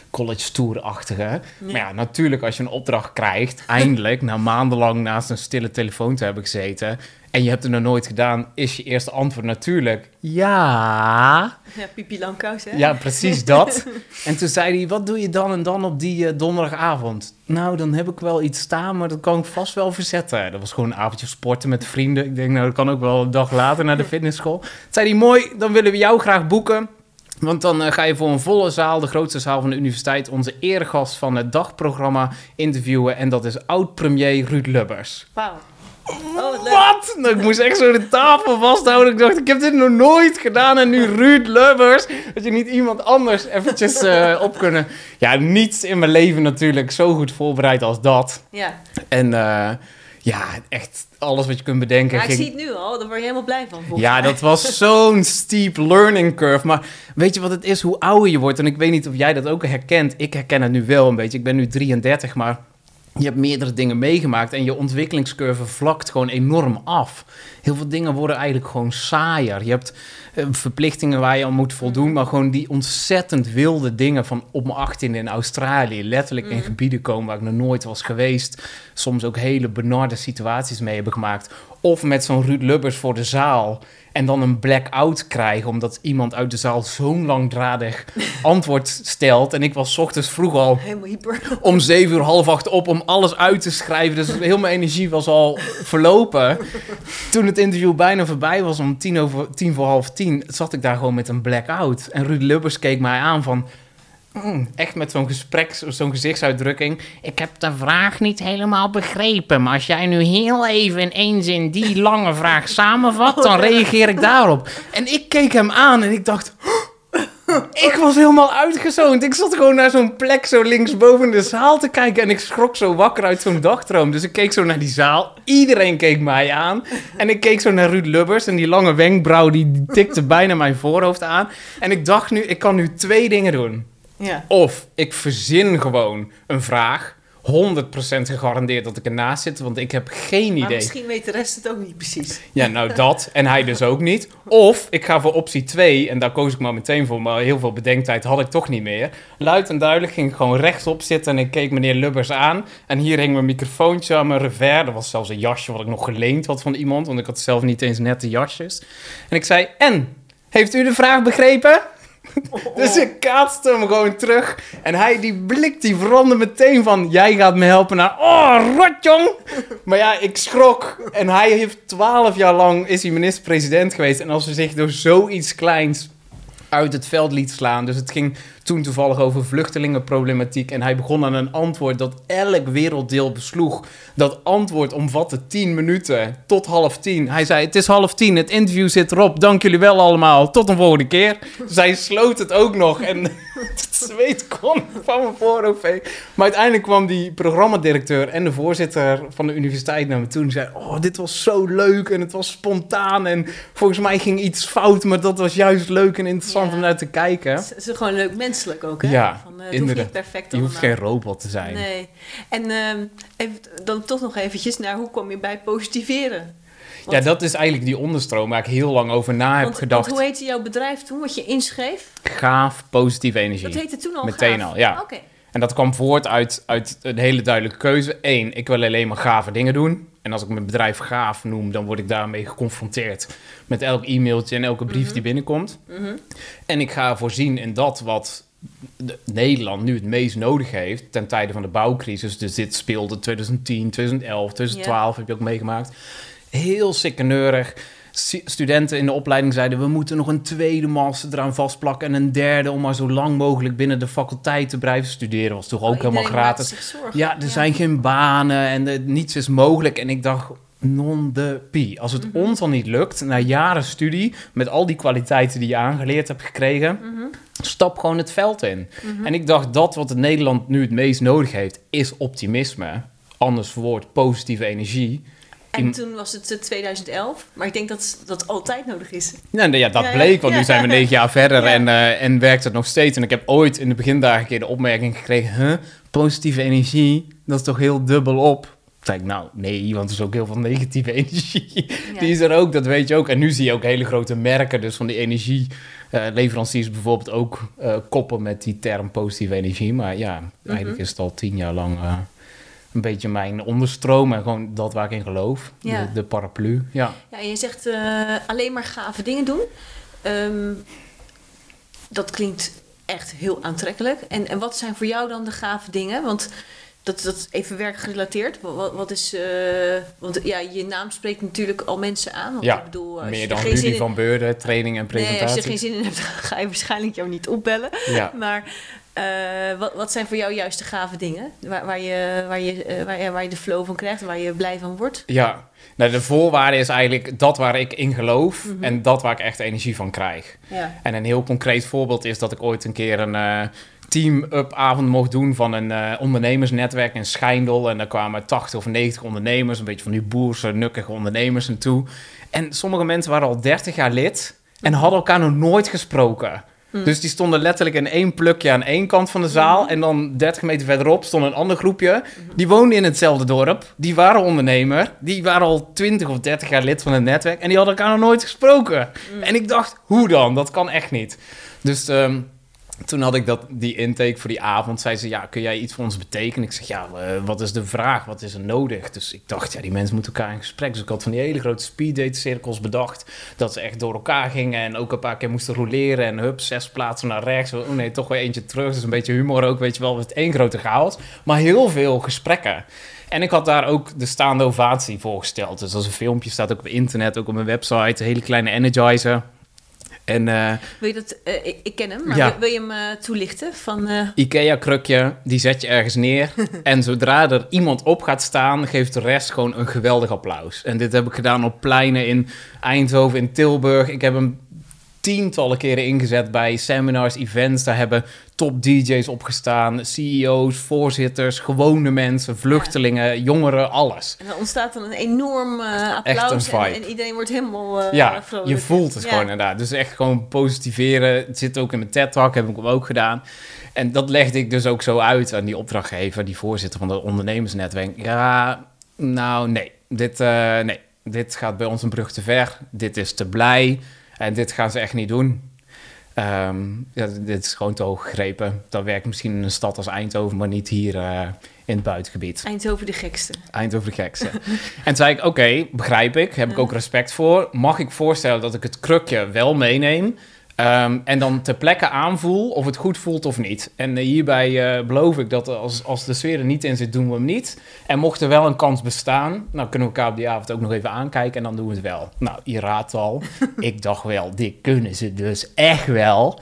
college tour-achtige. Ja. Maar ja, natuurlijk als je een opdracht krijgt, eindelijk, na maandenlang naast een stille telefoon te hebben gezeten, en je hebt het nog nooit gedaan, is je eerste antwoord natuurlijk ja. Ja, Pipi Langkous, hè? Ja, precies dat. En toen zei hij, wat doe je dan en dan op die uh, donderdagavond? Nou, dan heb ik wel iets staan, maar dat kan ik vast wel verzetten. Dat was gewoon een avondje sporten met vrienden. Ik denk, nou, dat kan ook wel een dag later naar de fitnessschool. Toen zei hij, mooi, dan willen we jou graag boeken. Want dan uh, ga je voor een volle zaal, de grootste zaal van de universiteit, onze eregast van het dagprogramma interviewen. En dat is oud-premier Ruud Lubbers. Wauw. Oh, wat leuk. Wat? Nou, ik moest echt zo de tafel vasthouden. Ik dacht, ik heb dit nog nooit gedaan. En nu Ruud Lubbers. Dat je niet iemand anders eventjes uh, op kunnen. Ja, niets in mijn leven natuurlijk zo goed voorbereid als dat. Ja. En uh, ja, echt alles wat je kunt bedenken. Ja, ik ging... zie het nu al. Daar word je helemaal blij van. Ja, mij. dat was zo'n steep learning curve. Maar weet je wat het is? Hoe ouder je wordt. En ik weet niet of jij dat ook herkent. Ik herken het nu wel een beetje. Ik ben nu drieëndertig, maar... Je hebt meerdere dingen meegemaakt en je ontwikkelingscurve vlakt gewoon enorm af. Heel veel dingen worden eigenlijk gewoon saaier. Je hebt uh, verplichtingen waar je aan moet voldoen, maar gewoon die ontzettend wilde dingen van op mijn achttiende in Australië. Letterlijk in gebieden komen waar ik nog nooit was geweest. Soms ook hele benarde situaties mee hebben gemaakt. Of met zo'n Ruud Lubbers voor de zaal. En dan een blackout krijgen, omdat iemand uit de zaal zo'n langdradig antwoord stelt. En ik was 's ochtends vroeg al helemaal hyper. Om zeven uur, half acht op om alles uit te schrijven. Dus heel mijn energie was al verlopen. Toen het interview bijna voorbij was, om tien, over, tien voor half tien, zat ik daar gewoon met een blackout. En Ruud Lubbers keek mij aan van... Mm, echt met zo'n gesprek, zo'n gezichtsuitdrukking. Ik heb de vraag niet helemaal begrepen. Maar als jij nu heel even in één zin die lange vraag samenvat, dan reageer ik daarop. En ik keek hem aan en ik dacht... Ik was helemaal uitgezoond. Ik zat gewoon naar zo'n plek zo linksboven in de zaal te kijken. En ik schrok zo wakker uit zo'n dagdroom. Dus ik keek zo naar die zaal. Iedereen keek mij aan. En ik keek zo naar Ruud Lubbers. En die lange wenkbrauw die tikte bijna mijn voorhoofd aan. En ik dacht nu, ik kan nu twee dingen doen. Ja. Of ik verzin gewoon een vraag. honderd procent gegarandeerd dat ik ernaast zit, want ik heb geen idee. Maar misschien weet de rest het ook niet precies. Ja, nou dat. En hij dus ook niet. Of ik ga voor optie twee, en daar koos ik maar meteen voor, maar heel veel bedenktijd had ik toch niet meer. Luid en duidelijk ging ik gewoon rechtop zitten en ik keek meneer Lubbers aan. En hier hing mijn microfoontje aan mijn revers. Dat was zelfs een jasje wat ik nog geleend had van iemand, want ik had zelf niet eens nette jasjes. En ik zei, en, heeft u de vraag begrepen? Oh. Dus ik kaatste hem gewoon terug. En hij, die blik, die veranderde meteen van... Jij gaat me helpen naar... Oh, rotjong! Maar ja, ik schrok. En hij heeft twaalf jaar lang... Is hij minister-president geweest. En als hij zich door zoiets kleins... uit het veld liet slaan. Dus het ging toen toevallig over vluchtelingenproblematiek. En hij begon aan een antwoord dat elk werelddeel besloeg. Dat antwoord omvatte tien minuten tot half tien. Hij zei, het is half tien, het interview zit erop. Dank jullie wel allemaal, tot een volgende keer. Dus hij sloot het ook nog. En het zweet kon van mijn voorhoofd heen. Maar uiteindelijk kwam die programmadirecteur en de voorzitter van de universiteit naar me toe. En zei, oh, dit was zo leuk en het was spontaan. En volgens mij ging iets fout, maar dat was juist leuk en interessant ja. om naar te kijken. Het is gewoon leuk menselijk ook, hè? Ja, Van, uh, het hoeft niet perfect je hoeft allemaal. geen robot te zijn. Nee. En uh, even, dan toch nog eventjes naar hoe kom je bij positiveren? Want, ja, dat is eigenlijk die onderstroom waar ik heel lang over na heb want, gedacht. Want hoe heette jouw bedrijf toen, wat je inschreef? Gaaf, positieve energie. Dat heette toen al Meteen Gaaf? al, ja. Okay. En dat kwam voort uit, uit een hele duidelijke keuze. Eén, ik wil alleen maar gave dingen doen. En als ik mijn bedrijf gaaf noem, dan word ik daarmee geconfronteerd met elk e-mailtje en elke brief mm-hmm. die binnenkomt. Mm-hmm. En ik ga voorzien in dat wat de, Nederland nu het meest nodig heeft ten tijde van de bouwcrisis. Dus dit speelde twintig tien, twintig elf, twintig twaalf yeah. heb je ook meegemaakt. Heel sikkeneurig. Studenten in de opleiding zeiden... we moeten nog een tweede master eraan vastplakken... en een derde om maar zo lang mogelijk binnen de faculteit te blijven studeren. Was toch ook oh, helemaal gratis. Ja, er ja. zijn geen banen en de, niets is mogelijk. En ik dacht, non de pie. Als het mm-hmm. ons al niet lukt, na jaren studie... met al die kwaliteiten die je aangeleerd hebt gekregen... Mm-hmm. stap gewoon het veld in. Mm-hmm. En ik dacht, dat wat het Nederland nu het meest nodig heeft... is optimisme. Anders verwoord positieve energie... En toen was het twintig elf, maar ik denk dat dat altijd nodig is. Ja, ja dat ja, bleek, want ja. nu zijn we negen jaar verder ja. en, uh, en werkt het nog steeds. En ik heb ooit in de begindagen een keer de opmerking gekregen... Huh, positieve energie, dat is toch heel dubbel op? Toen zei ik, nou nee, want er is ook heel veel negatieve energie. Ja. Die is er ook, dat weet je ook. En nu zie je ook hele grote merken dus van die energie... uh, leveranciers bijvoorbeeld ook uh, koppen met die term positieve energie. Maar ja, mm-hmm. eigenlijk is het al tien jaar lang uh, een beetje mijn onderstroom en gewoon dat waar ik in geloof. Ja. De, de paraplu, ja. Ja, en je zegt uh, alleen maar gave dingen doen. Um, dat klinkt echt heel aantrekkelijk. En, en wat zijn voor jou dan de gave dingen? Want dat, dat is even werkgerelateerd. Wat, wat is... Uh, want ja, je naam spreekt natuurlijk al mensen aan. Want ja, ik bedoel, als meer je dan geen Rudy zin in... van Beurden, training en presentatie. Nee, als je er geen zin in hebt, dan ga je waarschijnlijk jou niet opbellen. Ja. Maar uh, wat, wat zijn voor jou juist de gave dingen? Waar, waar, je, waar, je, uh, waar, waar je de flow van krijgt, waar je blij van wordt? Ja, nou, de voorwaarde is eigenlijk dat waar ik in geloof mm-hmm. en dat waar ik echt energie van krijg. Ja. En een heel concreet voorbeeld is dat ik ooit een keer een uh, team-up avond mocht doen van een uh, ondernemersnetwerk in Schijndel. En daar kwamen tachtig of negentig ondernemers, een beetje van die boerse, nukkige ondernemers naartoe. En sommige mensen waren al dertig jaar lid en hadden elkaar nog nooit gesproken. Mm. Dus die stonden letterlijk in één plukje aan één kant van de zaal. Mm. En dan dertig meter verderop stond een ander groepje. Mm. Die woonden in hetzelfde dorp. Die waren ondernemer. Die waren al twintig of dertig jaar lid van het netwerk. En die hadden elkaar nog nooit gesproken. Mm. En ik dacht, hoe dan? Dat kan echt niet. Dus um, toen had ik dat, die intake voor die avond. Zei ze, ja, kun jij iets voor ons betekenen? Ik zeg, ja, uh, wat is de vraag? Wat is er nodig? Dus ik dacht, ja, die mensen moeten elkaar in gesprek. Dus ik had van die hele grote speeddate cirkels bedacht. Dat ze echt door elkaar gingen en ook een paar keer moesten roleren. En hup, zes plaatsen naar rechts. Oh nee, toch weer eentje terug. Dus een beetje humor ook, weet je wel. Het één grote chaos. Maar heel veel gesprekken. En ik had daar ook de staande ovatie voorgesteld. Dus als een filmpje staat ook op internet, ook op mijn website. Een hele kleine energizer. En, uh, wil je dat, uh, ik, ik ken hem, maar ja. wil, wil je hem uh, toelichten? Van, uh... Ikea-krukje, die zet je ergens neer. En zodra er iemand op gaat staan, geeft de rest gewoon een geweldig applaus. En dit heb ik gedaan op pleinen in Eindhoven, in Tilburg. Ik heb hem tientallen keren ingezet bij seminars, events. Daar hebben top D J's opgestaan, C E O's, voorzitters, gewone mensen, vluchtelingen, ja. jongeren, alles. En dan ontstaat dan een enorm uh, applaus echt een vibe. En, en iedereen wordt helemaal uh, ja, vrolijk. Je voelt het ja. gewoon inderdaad. Dus echt gewoon positiveren. Het zit ook in mijn TED-talk, heb ik hem ook gedaan. En dat legde ik dus ook zo uit aan die opdrachtgever, die voorzitter van het ondernemersnetwerk. Ja, nou nee, dit, uh, nee, dit gaat bij ons een brug te ver. Dit is te blij. En dit gaan ze echt niet doen. Um, ja, dit is gewoon te hoog gegrepen. Dat werkt misschien in een stad als Eindhoven, maar niet hier uh, in het buitengebied. Eindhoven de gekste. Eindhoven de gekste. En toen zei ik, oké, okay, begrijp ik. Heb ik ook respect voor. Mag ik voorstellen dat ik het krukje wel meeneem? Um, en dan ter plekke aanvoel of het goed voelt of niet. En uh, hierbij uh, beloof ik dat als, als de sfeer er niet in zit, doen we hem niet. En mocht er wel een kans bestaan, nou kunnen we elkaar op die avond ook nog even aankijken en dan doen we het wel. Nou, je raadt al. Ik dacht wel, dit kunnen ze dus echt wel.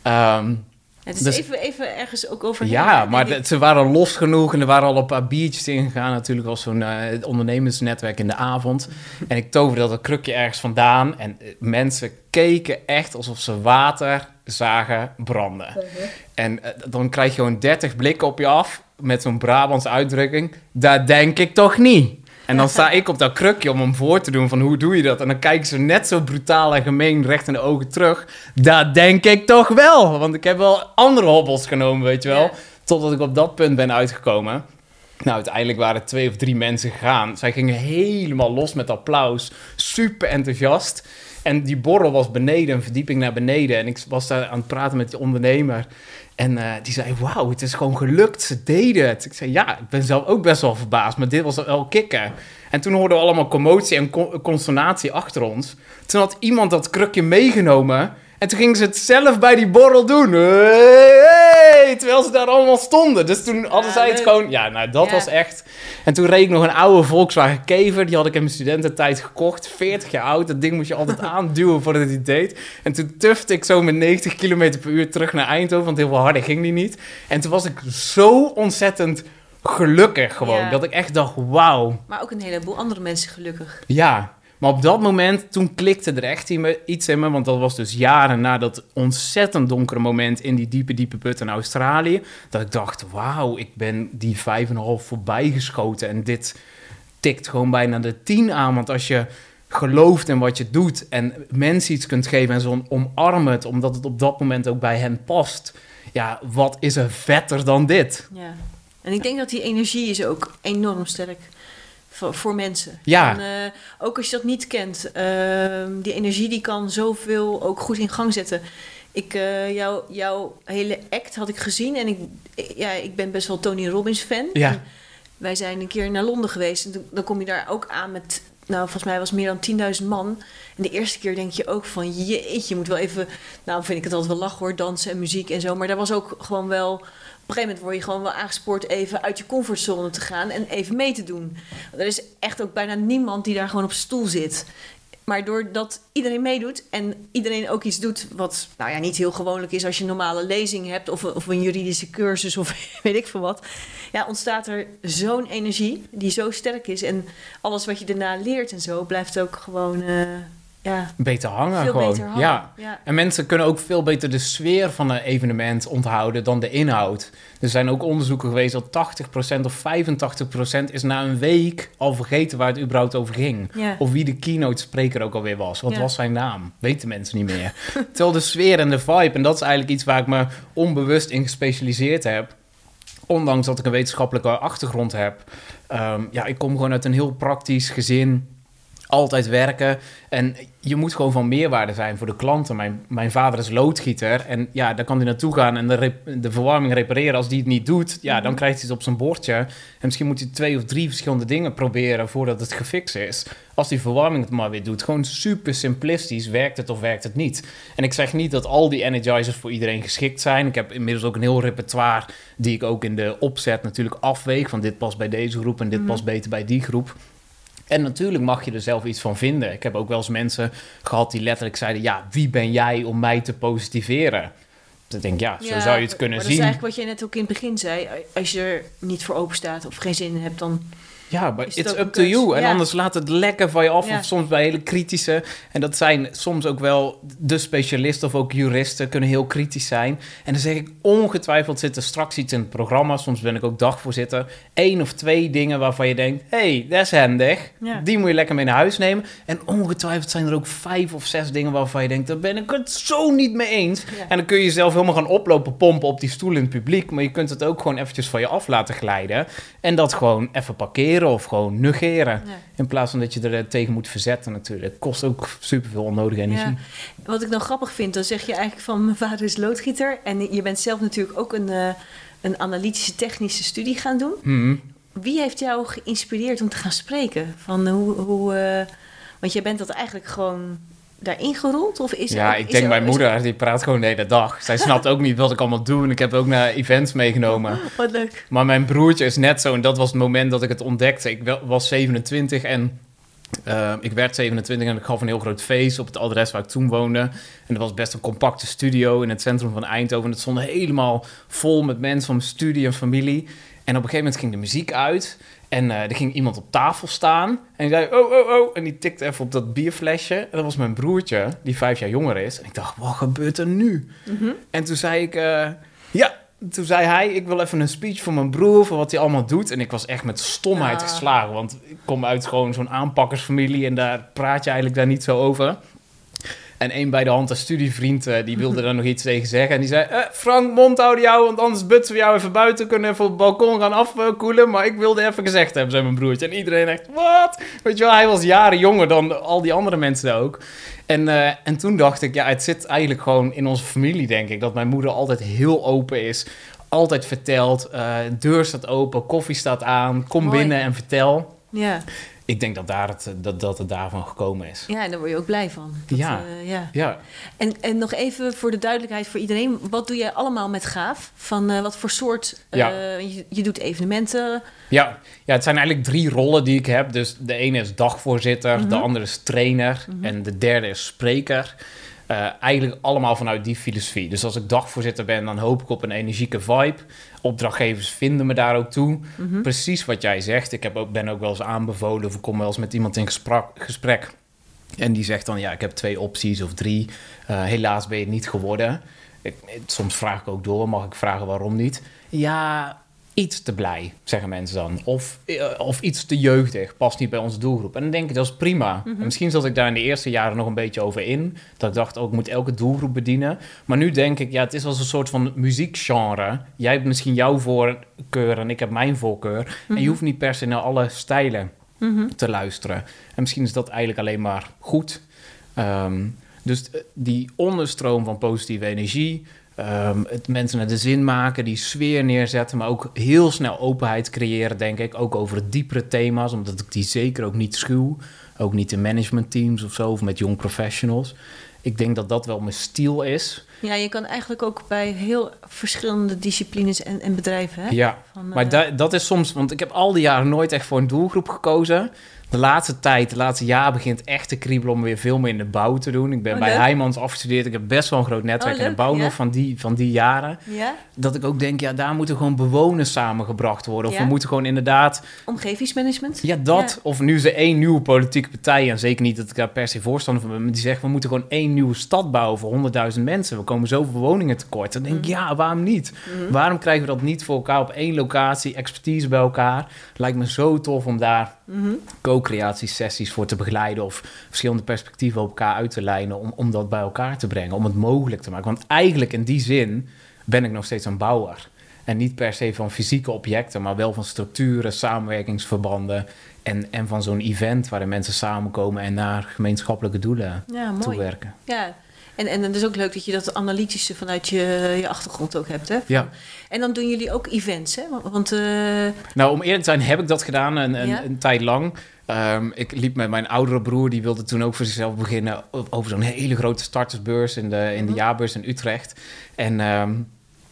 Um, Het is dus, even, even ergens ook over. Ja, maar de, ze waren los genoeg en er waren al een paar biertjes ingegaan. Natuurlijk als zo'n uh, ondernemersnetwerk in de avond. En ik toverde dat krukje ergens vandaan. En uh, mensen keken echt alsof ze water zagen branden. Uh-huh. En uh, dan krijg je gewoon dertig blikken op je af met zo'n Brabants uitdrukking. Dat denk ik toch niet. En dan sta ik op dat krukje om hem voor te doen van hoe doe je dat? En dan kijken ze net zo brutaal en gemeen recht in de ogen terug. Dat denk ik toch wel. Want ik heb wel andere hobbels genomen, weet je wel. Ja. Totdat ik op dat punt ben uitgekomen. Nou, uiteindelijk waren twee of drie mensen gegaan. Zij gingen helemaal los met applaus. Super enthousiast. En die borrel was beneden, een verdieping naar beneden. En ik was daar aan het praten met die ondernemer. En uh, die zei, wauw, het is gewoon gelukt. Ze deden het. Ik zei, ja, ik ben zelf ook best wel verbaasd. Maar dit was wel kicken. En toen hoorden we allemaal commotie en con- consternatie achter ons. Toen had iemand dat krukje meegenomen. En toen gingen ze het zelf bij die borrel doen. Hey, hey, terwijl ze daar allemaal stonden. Dus toen hadden ja, zij het leuk. gewoon... Ja, nou, dat ja. was echt... En toen reed ik nog een oude Volkswagen Kever. Die had ik in mijn studententijd gekocht. veertig jaar oud. Dat ding moest je altijd aanduwen voordat hij deed. En toen tufte ik zo met negentig kilometer per uur terug naar Eindhoven. Want heel veel harder ging die niet. En toen was ik zo ontzettend gelukkig gewoon. Ja. Dat ik echt dacht, wauw. Maar ook een heleboel andere mensen gelukkig. Ja. Maar op dat moment, toen klikte er echt iets in me. Want dat was dus jaren na dat ontzettend donkere moment in die diepe, diepe put in Australië. Dat ik dacht, wauw, ik ben die vijf en een half voorbij geschoten. En dit tikt gewoon bijna de tien aan. Want als je gelooft in wat je doet en mensen iets kunt geven en zo omarm het, omdat het op dat moment ook bij hen past. Ja, wat is er vetter dan dit? Ja, en ik denk dat die energie is ook enorm sterk. voor, voor mensen. Ja. En, uh, ook als je dat niet kent, uh, die energie die kan zoveel ook goed in gang zetten. Ik, uh, jou, jouw hele act had ik gezien en ik, ja, ik ben best wel Tony Robbins fan. Ja. En wij zijn een keer naar Londen geweest en dan kom je daar ook aan met, nou volgens mij was het meer dan tienduizend man. En de eerste keer denk je ook van jeetje, je moet wel even, nou vind ik het altijd wel lachen hoor, dansen en muziek en zo. Maar daar was ook gewoon wel, op een gegeven moment word je gewoon wel aangespoord even uit je comfortzone te gaan en even mee te doen. Er is echt ook bijna niemand die daar gewoon op stoel zit. Maar doordat iedereen meedoet en iedereen ook iets doet wat nou ja, niet heel gewoonlijk is als je een normale lezing hebt of, of een juridische cursus of weet ik veel wat, ja, ontstaat er zo'n energie die zo sterk is. En alles wat je daarna leert en zo blijft ook gewoon uh, ja, beter hangen. Veel gewoon. beter hangen. Ja. Ja. En mensen kunnen ook veel beter de sfeer van een evenement onthouden dan de inhoud. Er zijn ook onderzoeken geweest dat tachtig procent of vijfentachtig procent is na een week al vergeten waar het überhaupt over ging. Ja. Of wie de keynote spreker ook alweer was. Wat Ja. was zijn naam? Weten mensen niet meer. Terwijl de sfeer en de vibe, en dat is eigenlijk iets waar ik me onbewust in gespecialiseerd heb. Ondanks dat ik een wetenschappelijke achtergrond heb. Um, ja, ik kom gewoon uit een heel praktisch gezin. Altijd werken. En je moet gewoon van meerwaarde zijn voor de klanten. Mijn, mijn vader is loodgieter. En ja, daar kan hij naartoe gaan en de, rep- de verwarming repareren. Als die het niet doet, ja, dan krijgt hij het op zijn bordje. En misschien moet hij twee of drie verschillende dingen proberen voordat het gefixt is. Als die verwarming het maar weer doet. Gewoon super simplistisch. Werkt het of werkt het niet? En ik zeg niet dat al die energizers voor iedereen geschikt zijn. Ik heb inmiddels ook een heel repertoire die ik ook in de opzet natuurlijk afweeg. Van dit past bij deze groep en dit Mm-hmm. past beter bij die groep. En natuurlijk mag je er zelf iets van vinden. Ik heb ook wel eens mensen gehad die letterlijk zeiden... ja, wie ben jij om mij te positiveren? Dan denk ik, ja, zo Ja, zou je het kunnen maar zien. dat is eigenlijk wat jij net ook in het begin zei. Als je er niet voor open staat of geen zin in hebt, dan... Ja, maar Is het it's ook up een to keus? you. En Ja. anders laat het lekker van je af. Ja. Of soms bij hele kritische. En dat zijn soms ook wel de specialisten of ook juristen kunnen heel kritisch zijn. En dan zeg ik, ongetwijfeld zit er straks iets in het programma. Soms ben ik ook dagvoorzitter. Eén of twee dingen waarvan je denkt, hé, hey, dat is handig. Ja. Die moet je lekker mee naar huis nemen. En ongetwijfeld zijn er ook vijf of zes dingen waarvan je denkt, daar ben ik het zo niet mee eens. Ja. En dan kun je jezelf helemaal gaan oplopen pompen op die stoel in het publiek. Maar je kunt het ook gewoon eventjes van je af laten glijden. En dat gewoon even parkeren of gewoon negeren. Ja. In plaats van dat je er eh, tegen moet verzetten natuurlijk. Kost ook superveel onnodige energie. Ja. Wat ik dan grappig vind, dan zeg je eigenlijk van... mijn vader is loodgieter en je bent zelf natuurlijk ook een, uh, een analytische technische studie gaan doen. Mhm. Wie heeft jou geïnspireerd om te gaan spreken? Van hoe, hoe, uh, want jij bent dat eigenlijk gewoon daarin gerold? Of is er Ja, ook- ik is denk er- mijn is moeder, die praat gewoon de hele dag. Zij snapt ook niet wat ik allemaal doe. En ik heb ook naar events meegenomen. er- Wat leuk. Maar mijn broertje is net zo. En dat was het moment dat ik het ontdekte. Ik wel- was zevenentwintig en uh, ik werd zevenentwintig en ik gaf een heel groot feest op het adres waar ik toen woonde. En dat was best een compacte studio in het centrum van Eindhoven. En het stond helemaal vol met mensen van mijn studie en familie. En op een gegeven moment ging de muziek uit. En uh, er ging iemand op tafel staan. En die zei, oh, oh, oh. En die tikte even op dat bierflesje. En dat was mijn broertje, die vijf jaar jonger is. En ik dacht, wat gebeurt er nu? Mm-hmm. En toen zei ik, uh, ja... Toen zei hij, ik wil even een speech voor mijn broer... voor wat hij allemaal doet. En ik was echt met stomheid Ah. geslagen. Want ik kom uit gewoon zo'n aanpakkersfamilie... en daar praat je eigenlijk daar niet zo over. En een bij de hand, een studievriend... Uh, die wilde daar nog iets tegen zeggen. En die zei, eh, Frank, mond houden jou... want anders butsen we jou even buiten... kunnen even op het balkon gaan afkoelen... maar ik wilde even gezegd hebben, zei mijn broertje. En iedereen echt, wat? Weet je wel, hij was jaren jonger dan al die andere mensen ook... En, uh, en toen dacht ik, ja, het zit eigenlijk gewoon in onze familie, denk ik. Dat mijn moeder altijd heel open is. Altijd vertelt, uh, deur staat open, koffie staat aan. Kom Mooi. binnen en vertel. Ja. Ik denk dat, daar het, dat, dat het daarvan gekomen is. ja, en daar word je ook blij van. Dat, Ja. uh, ja. Ja, En, en nog even voor de duidelijkheid voor iedereen. Wat doe jij allemaal met Gaaf? Van uh, wat voor soort... Uh, Ja. je, je doet evenementen. ja. ja, het zijn eigenlijk drie rollen die ik heb. Dus de ene is dagvoorzitter, Mhm. de andere is trainer... Mhm. en de derde is spreker. Uh, eigenlijk allemaal vanuit die filosofie. Dus als ik dagvoorzitter ben, dan hoop ik op een energieke vibe. Opdrachtgevers vinden me daar ook toe. Mhm. Precies wat jij zegt. Ik heb ook, ben ook wel eens aanbevolen of ik kom wel eens met iemand in gesprek, gesprek. En die zegt dan, ja, ik heb twee opties of drie. Uh, helaas ben je het niet geworden. Ik, soms vraag ik ook door, mag ik vragen waarom niet? Ja, iets te blij, zeggen mensen dan. Of, uh, of iets te jeugdig, past niet bij onze doelgroep. En dan denk ik, dat is prima. Mhm. En misschien zat ik daar in de eerste jaren nog een beetje over in. Dat ik dacht, oh, ik moet elke doelgroep bedienen. Maar nu denk ik, ja, het is als een soort van muziekgenre. Jij hebt misschien jouw voorkeur en ik heb mijn voorkeur. Mhm. En je hoeft niet per se naar alle stijlen mm-hmm. te luisteren. En misschien is dat eigenlijk alleen maar goed. Um, dus die onderstroom van positieve energie, um, het mensen naar de zin maken, die sfeer neerzetten, maar ook heel snel openheid creëren, denk ik. Ook over diepere thema's, omdat ik die zeker ook niet schuw. Ook niet in managementteams of zo, of met young professionals. Ik denk dat dat wel mijn stijl is. Ja, je kan eigenlijk ook bij heel verschillende disciplines en, en bedrijven. Hè? Ja, Van, maar uh... da- dat is soms... Want ik heb al die jaren nooit echt voor een doelgroep gekozen. De laatste tijd, de laatste jaar begint echt te kriebelen om weer veel meer in de bouw te doen. Ik ben oh, bij Heijmans afgestudeerd. Ik heb best wel een groot netwerk oh, in de bouw ja? nog van die, van die jaren. Ja? Dat ik ook denk, ja, daar moeten gewoon bewoners samengebracht worden. Of ja? we moeten gewoon inderdaad... Omgevingsmanagement? Ja, dat. Ja. Of nu is er één nieuwe politieke partij. En zeker niet dat ik daar per se voorstander van ben. Maar die zegt, we moeten gewoon één nieuwe stad bouwen voor honderdduizend mensen. We komen zoveel woningen tekort. Dan denk ik, mm. ja, waarom niet? Mm. Waarom krijgen we dat niet voor elkaar op één locatie? Expertise bij elkaar. Lijkt me zo tof om daar... Mm-hmm. co-creatiesessies voor te begeleiden of verschillende perspectieven op elkaar uit te lijnen om, om dat bij elkaar te brengen, om het mogelijk te maken. Want eigenlijk in die zin ben ik nog steeds een bouwer. En niet per se van fysieke objecten, maar wel van structuren, samenwerkingsverbanden en, en van zo'n event waarin mensen samenkomen en naar gemeenschappelijke doelen ja, toewerken. Ja, en, en het is ook leuk dat je dat analytische vanuit je, je achtergrond ook hebt. Hè? Van, ja. En dan doen jullie ook events, hè? Want, uh... Nou, om eerlijk te zijn heb ik dat gedaan een, een, ja? een tijd lang. Um, ik liep met mijn oudere broer, die wilde toen ook voor zichzelf beginnen over zo'n hele grote startersbeurs in de, in de jaarbeurs in Utrecht. En um,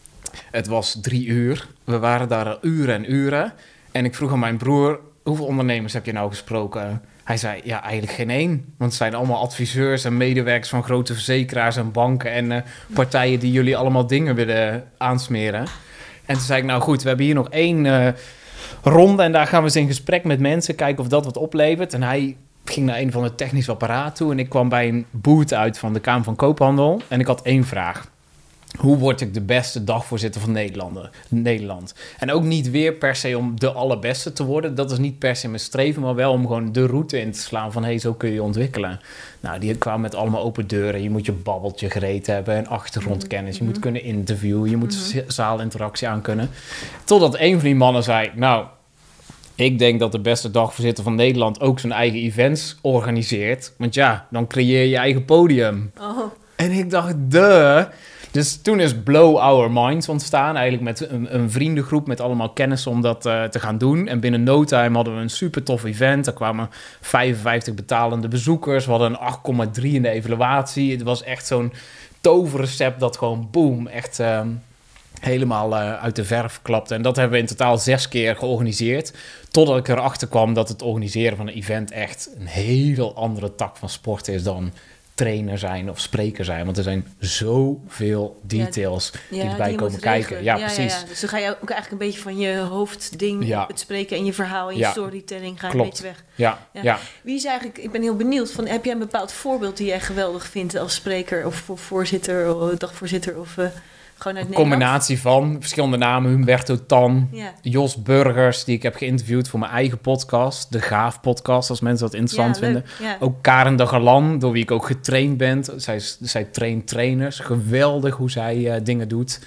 het was drie uur. We waren daar uren en uren. En ik vroeg aan mijn broer, hoeveel ondernemers heb je nou gesproken? Hij zei, ja, eigenlijk geen één. Want het zijn allemaal adviseurs en medewerkers van grote verzekeraars en banken en uh, partijen die jullie allemaal dingen willen aansmeren. En toen zei ik, nou goed, we hebben hier nog één uh, ronde en daar gaan we eens in gesprek met mensen, kijken of dat wat oplevert. En hij ging naar een van de technische apparaten toe en ik kwam bij een booth uit van de Kamer van Koophandel en ik had één vraag. Hoe word ik de beste dagvoorzitter van Nederland? En ook niet weer per se om de allerbeste te worden. Dat is niet per se mijn streven, maar wel om gewoon de route in te slaan van... hé, hey, zo kun je ontwikkelen. Nou, die kwamen met allemaal open deuren. Je moet je babbeltje gereed hebben en achtergrondkennis. Je moet kunnen interviewen, je moet mm-hmm. zaalinteractie aan kunnen. Totdat een van die mannen zei... nou, ik denk dat de beste dagvoorzitter van Nederland ook zijn eigen events organiseert. Want ja, dan creëer je je eigen podium. Oh. En ik dacht, duh... Dus toen is Blow Our Minds ontstaan. Eigenlijk met een, een vriendengroep met allemaal kennis om dat uh, te gaan doen. En binnen no time hadden we een super tof event. Er kwamen vijfenvijftig betalende bezoekers. We hadden een acht komma drie in de evaluatie. Het was echt zo'n toverrecept dat gewoon boom, echt uh, helemaal uh, uit de verf klapte. En dat hebben we in totaal zes keer georganiseerd. Totdat ik erachter kwam dat het organiseren van een event echt een heel andere tak van sport is dan... trainer zijn of spreker zijn. Want er zijn zoveel details ja, die ja, erbij die komen kijken. Ja, ja, precies. Ja, ja. Dus dan ga je ook eigenlijk een beetje van je hoofdding... Ja. het spreken en je verhaal en je ja. storytelling... ga je een beetje weg. Ja. Ja. Ja. Wie is eigenlijk... Ik ben heel benieuwd. Van, heb jij een bepaald voorbeeld die jij geweldig vindt... als spreker of voorzitter of dagvoorzitter... of uh, gewoon uit een combinatie van verschillende namen. Humberto Tan, ja. Jos Burgers... die ik heb geïnterviewd voor mijn eigen podcast. De Gaaf podcast, als mensen dat interessant ja, vinden. Ja. Ook Karen de Galan, door wie ik ook getraind ben. Zij, zij traint trainers. Geweldig hoe zij uh, dingen doet.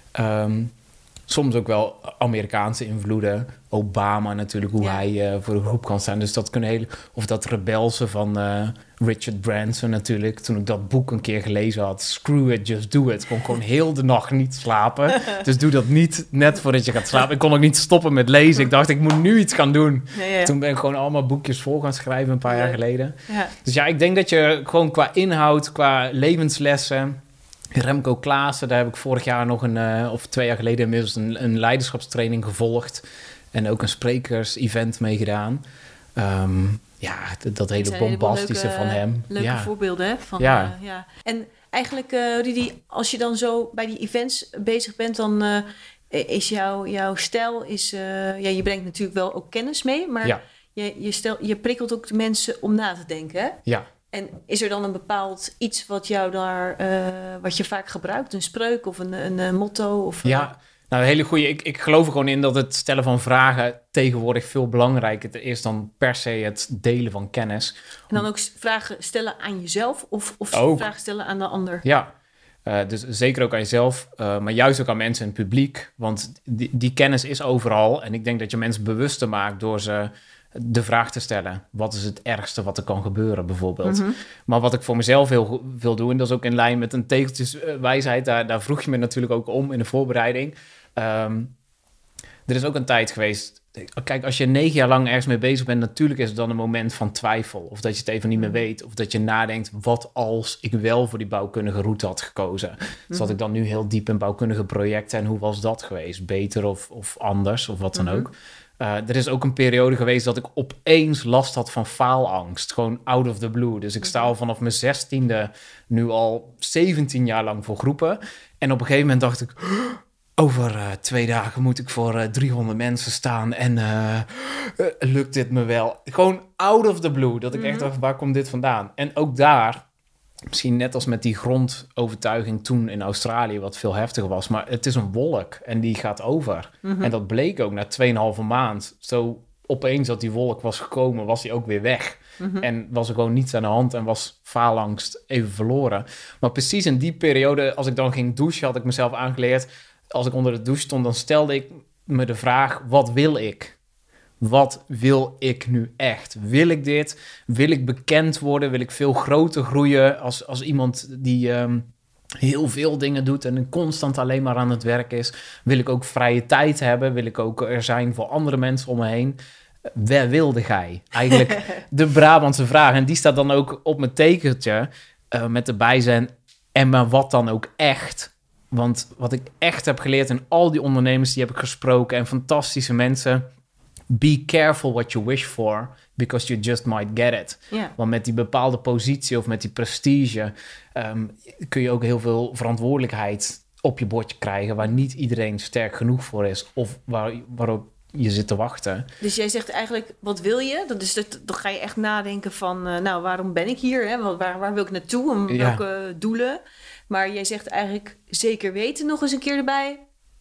Um, soms ook wel Amerikaanse invloeden. Obama natuurlijk, hoe ja. hij uh, voor de groep kan staan. Dus dat kunnen hele... Of dat rebelse van uh, Richard Branson natuurlijk. Toen ik dat boek een keer gelezen had. Screw it, just do it. Ik kon gewoon heel de nacht niet slapen. Dus doe dat niet net voordat je gaat slapen. Ik kon ook niet stoppen met lezen. Ik dacht, ik moet nu iets gaan doen. Ja, ja. Toen ben ik gewoon allemaal boekjes vol gaan schrijven een paar ja. jaar geleden. Ja. Dus ja, ik denk dat je gewoon qua inhoud, qua levenslessen... Remco Klaassen, daar heb ik vorig jaar nog een... Uh, of twee jaar geleden inmiddels een, een leiderschapstraining gevolgd. En ook een sprekers-event meegedaan. Um, ja, dat, dat hele bombastische leuke, van hem. Leuke ja. voorbeelden, hè? Van, ja. Uh, ja. En eigenlijk, uh, Rudy, als je dan zo bij die events bezig bent... dan uh, is jouw, jouw stijl... Is, uh, ja, je brengt natuurlijk wel ook kennis mee... maar ja. je, je, stel, je prikkelt ook de mensen om na te denken, hè? Ja. En is er dan een bepaald iets wat jou daar, uh, wat je vaak gebruikt? Een spreuk of een, een, een motto? Of, ja, nou een hele goede. Ik, ik geloof er gewoon in dat het stellen van vragen tegenwoordig veel belangrijker is dan per se het delen van kennis. En dan ook vragen stellen aan jezelf of, of vragen stellen aan de ander? Ja, uh, dus zeker ook aan jezelf, uh, maar juist ook aan mensen in het publiek. Want die, die kennis is overal. En ik denk dat je mensen bewuster maakt door ze... de vraag te stellen. Wat is het ergste wat er kan gebeuren, bijvoorbeeld? Mhm. Maar wat ik voor mezelf heel wil doen, en dat is ook in lijn met een tegeltjeswijsheid, daar, daar vroeg je me natuurlijk ook om in de voorbereiding. Um, er is ook een tijd geweest. Kijk, als je negen jaar lang ergens mee bezig bent, natuurlijk is het dan een moment van twijfel. Of dat je het even niet meer weet. Of dat je nadenkt, wat als ik wel voor die bouwkundige route had gekozen? Mm-hmm. Zat ik dan nu heel diep in bouwkundige projecten en hoe was dat geweest? Beter of, of anders of wat dan mm-hmm. ook? Uh, er is ook een periode geweest dat ik opeens last had van faalangst. Gewoon out of the blue. Dus ik sta al vanaf mijn zestiende nu al zeventien jaar lang voor groepen. En op een gegeven moment dacht ik, over uh, twee dagen moet ik voor uh, driehonderd mensen staan en uh, uh, lukt dit me wel? Gewoon out of the blue. Dat ik mm-hmm. echt dacht, waar komt dit vandaan? En ook daar, misschien net als met die grondovertuiging toen in Australië, wat veel heftiger was, maar het is een wolk en die gaat over. Mm-hmm. En dat bleek ook na tweeënhalve maand. Zo opeens dat die wolk was gekomen, was die ook weer weg. Mm-hmm. En was er gewoon niets aan de hand en was faalangst even verloren. Maar precies in die periode, als ik dan ging douchen, had ik mezelf aangeleerd, als ik onder de douche stond, dan stelde ik me de vraag, wat wil ik? Wat wil ik nu echt? Wil ik dit? Wil ik bekend worden? Wil ik veel groter groeien als, als iemand die um, heel veel dingen doet en constant alleen maar aan het werk is? Wil ik ook vrije tijd hebben? Wil ik ook er zijn voor andere mensen om me heen? Waar wilde gij? Eigenlijk de Brabantse vraag. En die staat dan ook op mijn tekeltje uh, met de bijzin. En maar wat dan ook echt? Want wat ik echt heb geleerd in al die ondernemers die heb ik gesproken en fantastische mensen, be careful what you wish for, because you just might get it. Yeah. Want met die bepaalde positie of met die prestige um, kun je ook heel veel verantwoordelijkheid op je bordje krijgen waar niet iedereen sterk genoeg voor is of waar, waarop je zit te wachten. Dus jij zegt eigenlijk, wat wil je? Dat is dat, dan ga je echt nadenken van, uh, nou, waarom ben ik hier? Hè? Waar, waar wil ik naartoe? Om ja. welke doelen? Maar jij zegt eigenlijk zeker weten nog eens een keer erbij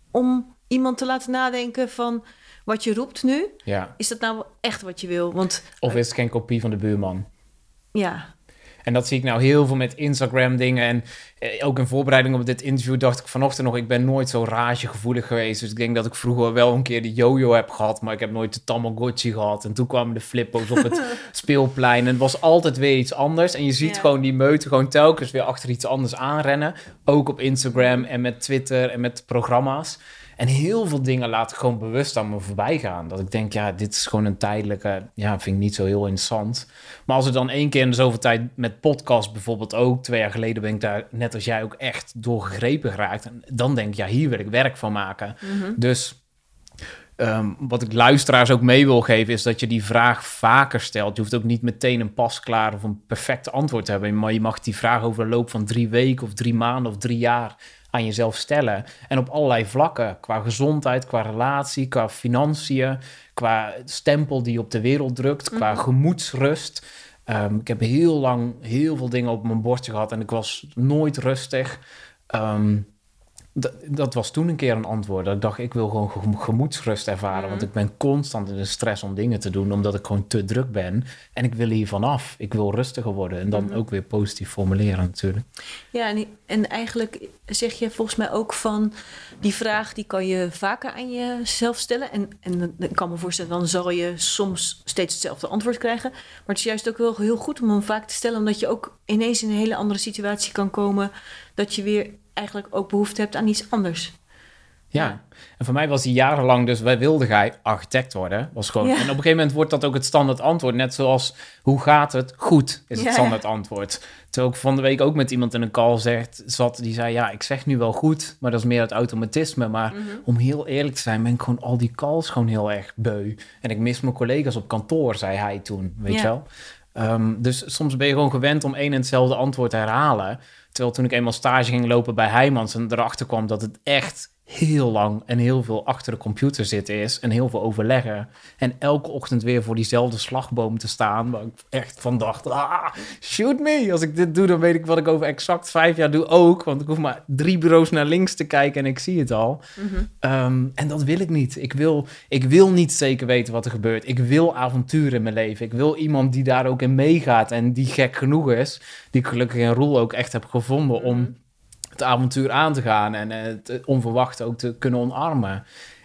om iemand te laten nadenken van wat je roept nu. Ja. Is dat nou echt wat je wil? Want, of is het geen kopie van de buurman? Ja. En dat zie ik nou heel veel met Instagram dingen. En eh, ook in voorbereiding op dit interview dacht ik vanochtend nog, ik ben nooit zo ragegevoelig geweest. Dus ik denk dat ik vroeger wel een keer de yo-yo heb gehad, maar ik heb nooit de Tamagotchi gehad. En toen kwamen de flippo's op het speelplein. En het was altijd weer iets anders. En je ziet ja. gewoon die meute gewoon telkens weer achter iets anders aanrennen. Ook op Instagram en met Twitter en met programma's. En heel veel dingen laat ik gewoon bewust aan me voorbij gaan. Dat ik denk, ja, dit is gewoon een tijdelijke, ja, vind ik niet zo heel interessant. Maar als er dan één keer in de zoveel tijd met podcast bijvoorbeeld ook, twee jaar geleden ben ik daar, net als jij, ook echt door gegrepen geraakt. En dan denk ik, ja, hier wil ik werk van maken. Mm-hmm. Dus um, wat ik luisteraars ook mee wil geven, is dat je die vraag vaker stelt. Je hoeft ook niet meteen een pasklaar of een perfect antwoord te hebben. Maar je mag die vraag over de loop van drie weken of drie maanden of drie jaar aan jezelf stellen. En op allerlei vlakken. Qua gezondheid, qua relatie, qua financiën, qua stempel die je op de wereld drukt, qua mm-hmm. gemoedsrust. Um, ik heb heel lang heel veel dingen op mijn bordje gehad en ik was nooit rustig. Um, d- dat was toen een keer een antwoord. Dat ik dacht, ik wil gewoon ge- gemoedsrust ervaren. Mm-hmm. Want ik ben constant in de stress om dingen te doen, omdat ik gewoon te druk ben. En ik wil hier vanaf. Ik wil rustiger worden. En dan mm-hmm. ook weer positief formuleren natuurlijk. Ja, en, en eigenlijk zeg je volgens mij ook van, die vraag die kan je vaker aan jezelf stellen. En, en ik kan me voorstellen, dan zal je soms steeds hetzelfde antwoord krijgen. Maar het is juist ook wel heel goed om hem vaak te stellen, omdat je ook ineens in een hele andere situatie kan komen, dat je weer eigenlijk ook behoefte hebt aan iets anders. Ja, ja. En voor mij was die jarenlang dus, wij wilden gij architect worden. Was gewoon, ja. En op een gegeven moment wordt dat ook het standaard antwoord. Net zoals, hoe gaat het? Goed, is het ja, standaard ja. antwoord. Terwijl ik van de week ook met iemand in een call zegt, zat, die zei, ja, ik zeg nu wel goed, maar dat is meer het automatisme. Maar mm-hmm. om heel eerlijk te zijn, ben ik gewoon al die calls gewoon heel erg beu. En ik mis mijn collega's op kantoor, zei hij toen, weet ja. je wel. Um, dus soms ben je gewoon gewend om één en hetzelfde antwoord te herhalen. Terwijl toen ik eenmaal stage ging lopen bij Heijmans en erachter kwam dat het echt heel lang en heel veel achter de computer zitten is en heel veel overleggen. En elke ochtend weer voor diezelfde slagboom te staan, waar ik echt van dacht, ah, shoot me. Als ik dit doe, dan weet ik wat ik over exact vijf jaar doe ook. Want ik hoef maar drie bureaus naar links te kijken en ik zie het al. Mm-hmm. Um, en dat wil ik niet. Ik wil, ik wil niet zeker weten wat er gebeurt. Ik wil avonturen in mijn leven. Ik wil iemand die daar ook in meegaat en die gek genoeg is, die ik gelukkig in Roel ook echt heb gevonden om het avontuur aan te gaan en het onverwachte ook te kunnen omarmen.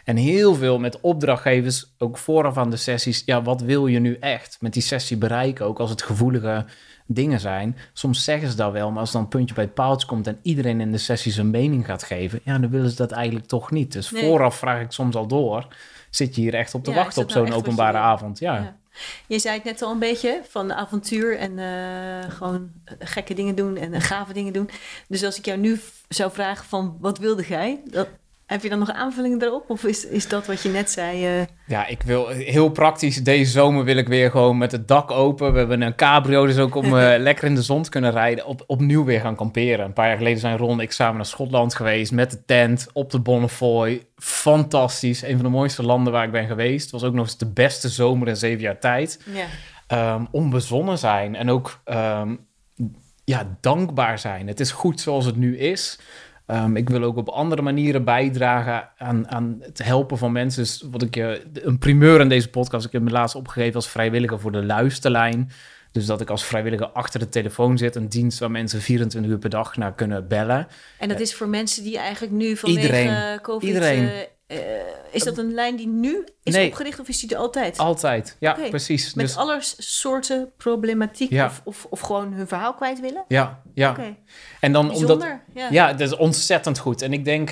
En heel veel met opdrachtgevers, ook vooraf aan de sessies. Ja, wat wil je nu echt met die sessie bereiken? Ook als het gevoelige dingen zijn. Soms zeggen ze dat wel, maar als dan een puntje bij het paaltje komt en iedereen in de sessie zijn mening gaat geven, ja, dan willen ze dat eigenlijk toch niet. Dus nee. Vooraf vraag ik soms al door, zit je hier echt op te ja, wachten op nou zo'n openbare avond? Ja. ja. Je zei het net al een beetje, van avontuur en uh, gewoon gekke dingen doen en uh, gave dingen doen. Dus als ik jou nu zou vragen van, wat wilde jij? Dat, heb je dan nog aanvullingen daarop? Of is, is dat wat je net zei? Uh... Ja, ik wil heel praktisch. Deze zomer wil ik weer gewoon met het dak open. We hebben een cabrio, dus ook om uh, lekker in de zon te kunnen rijden. Op, opnieuw weer gaan kamperen. Een paar jaar geleden zijn Ron en ik samen naar Schotland geweest. Met de tent, op de Bonnefoy. Fantastisch. Een van de mooiste landen waar ik ben geweest. Het was ook nog eens de beste zomer in zeven jaar tijd. Ja. Um, onbezonnen zijn. En ook um, ja, dankbaar zijn. Het is goed zoals het nu is. Um, ik wil ook op andere manieren bijdragen aan, aan het helpen van mensen. Dus wat ik uh, een primeur in deze podcast. Ik heb me laatst opgegeven als vrijwilliger voor de luisterlijn. Dus dat ik als vrijwilliger achter de telefoon zit. Een dienst waar mensen vierentwintig uur per dag naar kunnen bellen. En dat is voor mensen die eigenlijk nu vanwege iedereen, COVID... Iedereen. Uh, uh, is dat een lijn die nu is nee. opgericht of is die er altijd? Altijd, ja, okay. precies. Met dus... alle soorten problematiek ja. of, of, of gewoon hun verhaal kwijt willen? Ja, ja. Okay. En dan omdat, ja. ja, dat is ontzettend goed. En ik denk,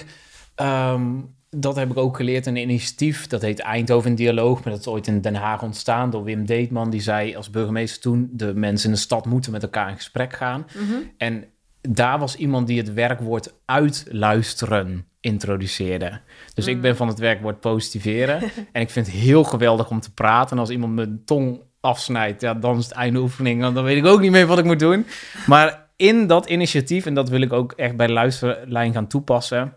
um, dat heb ik ook geleerd in een initiatief. Dat heet Eindhoven Dialoog, maar dat is ooit in Den Haag ontstaan door Wim Deetman. Die zei als burgemeester toen, de mensen in de stad moeten met elkaar in gesprek gaan. Mm-hmm. En daar was iemand die het werkwoord uitluisteren introduceerde. Dus mm. ik ben van het werkwoord positiveren. En ik vind het heel geweldig om te praten. En als iemand mijn tong afsnijdt, ja, dan is het einde oefening. Dan weet ik ook niet meer wat ik moet doen. Maar in dat initiatief, en dat wil ik ook echt bij de luisterlijn gaan toepassen.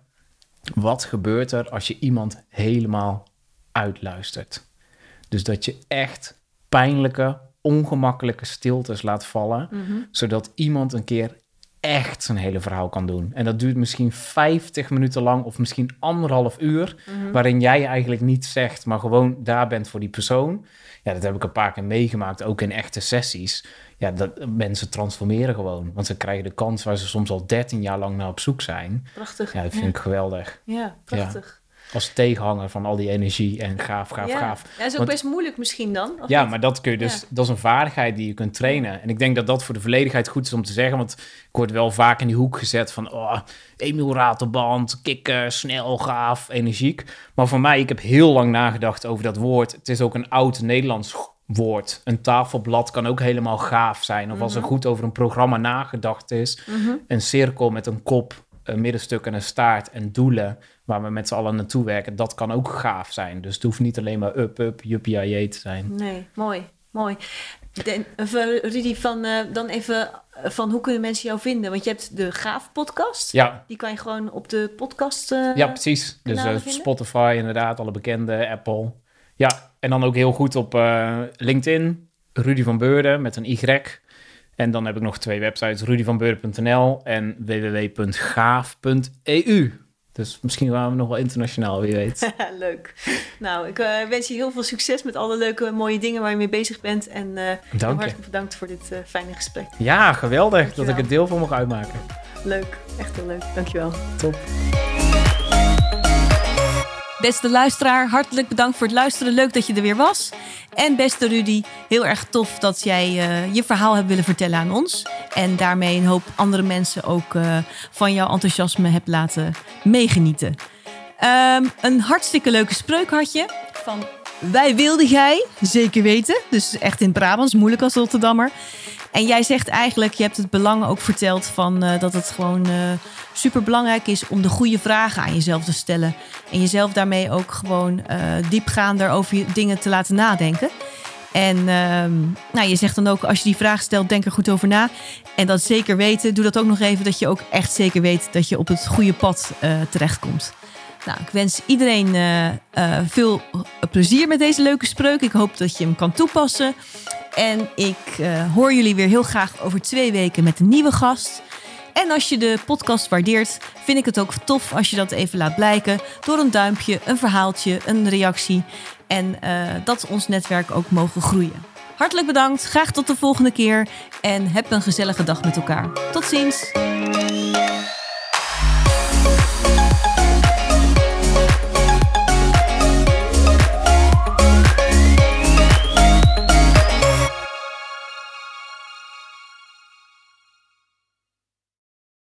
Wat gebeurt er als je iemand helemaal uitluistert? Dus dat je echt pijnlijke, ongemakkelijke stiltes laat vallen. Mm-hmm. Zodat iemand een keer echt zijn hele verhaal kan doen. En dat duurt misschien vijftig minuten lang of misschien anderhalf uur, mm-hmm. waarin jij eigenlijk niet zegt, maar gewoon daar bent voor die persoon. Ja, dat heb ik een paar keer meegemaakt, ook in echte sessies. Ja, dat mensen transformeren gewoon. Want ze krijgen de kans waar ze soms al dertien jaar lang naar op zoek zijn. Prachtig. Ja, dat vind ja. ik geweldig. Ja, prachtig. Ja. Als tegenhanger van al die energie en gaaf, gaaf, ja. gaaf. Ja, dat is ook Want, best moeilijk misschien dan. Ja, niet? Maar dat kun je dus, ja. dat is een vaardigheid die je kunt trainen. Ja. En ik denk dat dat voor de volledigheid goed is om te zeggen. Want ik word wel vaak in die hoek gezet van, oh, Emiel Ratelband, kikker, snel, gaaf, energiek. Maar voor mij, ik heb heel lang nagedacht over dat woord. Het is ook een oud Nederlands woord. Een tafelblad kan ook helemaal gaaf zijn. Of mm-hmm. als er goed over een programma nagedacht is. Mm-hmm. Een cirkel met een kop, een middenstuk en een staart en doelen waar we met z'n allen naartoe werken, dat kan ook gaaf zijn. Dus het hoeft niet alleen maar up, up, juppie, ajee te zijn. Nee, mooi, mooi. De, Rudy, van, uh, dan even van hoe kunnen mensen jou vinden? Want je hebt de Gaaf podcast. Ja. Die kan je gewoon op de podcast uh, Ja, precies. Dus uh, Spotify inderdaad, alle bekende, Apple. Ja, en dan ook heel goed op uh, LinkedIn, Rudy van Beurden met een Y. En dan heb ik nog twee websites, rudy van beurden punt n l en w w w punt gaaf punt e u. Dus misschien waren we nog wel internationaal, wie weet. Leuk. Nou, ik uh, wens je heel veel succes met alle leuke, mooie dingen waar je mee bezig bent. En uh, hartelijk bedankt voor dit uh, fijne gesprek. Ja, geweldig. Dankjewel. Dat ik het deel van mocht uitmaken. Leuk, echt heel leuk. Dankjewel. Top. Beste luisteraar, hartelijk bedankt voor het luisteren. Leuk dat je er weer was. En beste Rudy, heel erg tof dat jij uh, je verhaal hebt willen vertellen aan ons. En daarmee een hoop andere mensen ook uh, van jouw enthousiasme hebt laten meegenieten. Um, een hartstikke leuke spreuk had je. Van wij wilden gij, zeker weten. Dus echt in Brabants, moeilijk als Rotterdammer. En jij zegt eigenlijk, je hebt het belang ook verteld van uh, dat het gewoon uh, super belangrijk is om de goede vragen aan jezelf te stellen. En jezelf daarmee ook gewoon uh, diepgaander over je dingen te laten nadenken. En uh, nou, je zegt dan ook, als je die vraag stelt, denk er goed over na. En dat zeker weten, doe dat ook nog even, dat je ook echt zeker weet dat je op het goede pad uh, terechtkomt. Nou, ik wens iedereen uh, uh, veel plezier met deze leuke spreuk. Ik hoop dat je hem kan toepassen. En ik uh, hoor jullie weer heel graag over twee weken met een nieuwe gast. En als je de podcast waardeert, vind ik het ook tof als je dat even laat blijken. Door een duimpje, een verhaaltje, een reactie. En uh, dat ons netwerk ook mogen groeien. Hartelijk bedankt, graag tot de volgende keer. En heb een gezellige dag met elkaar. Tot ziens!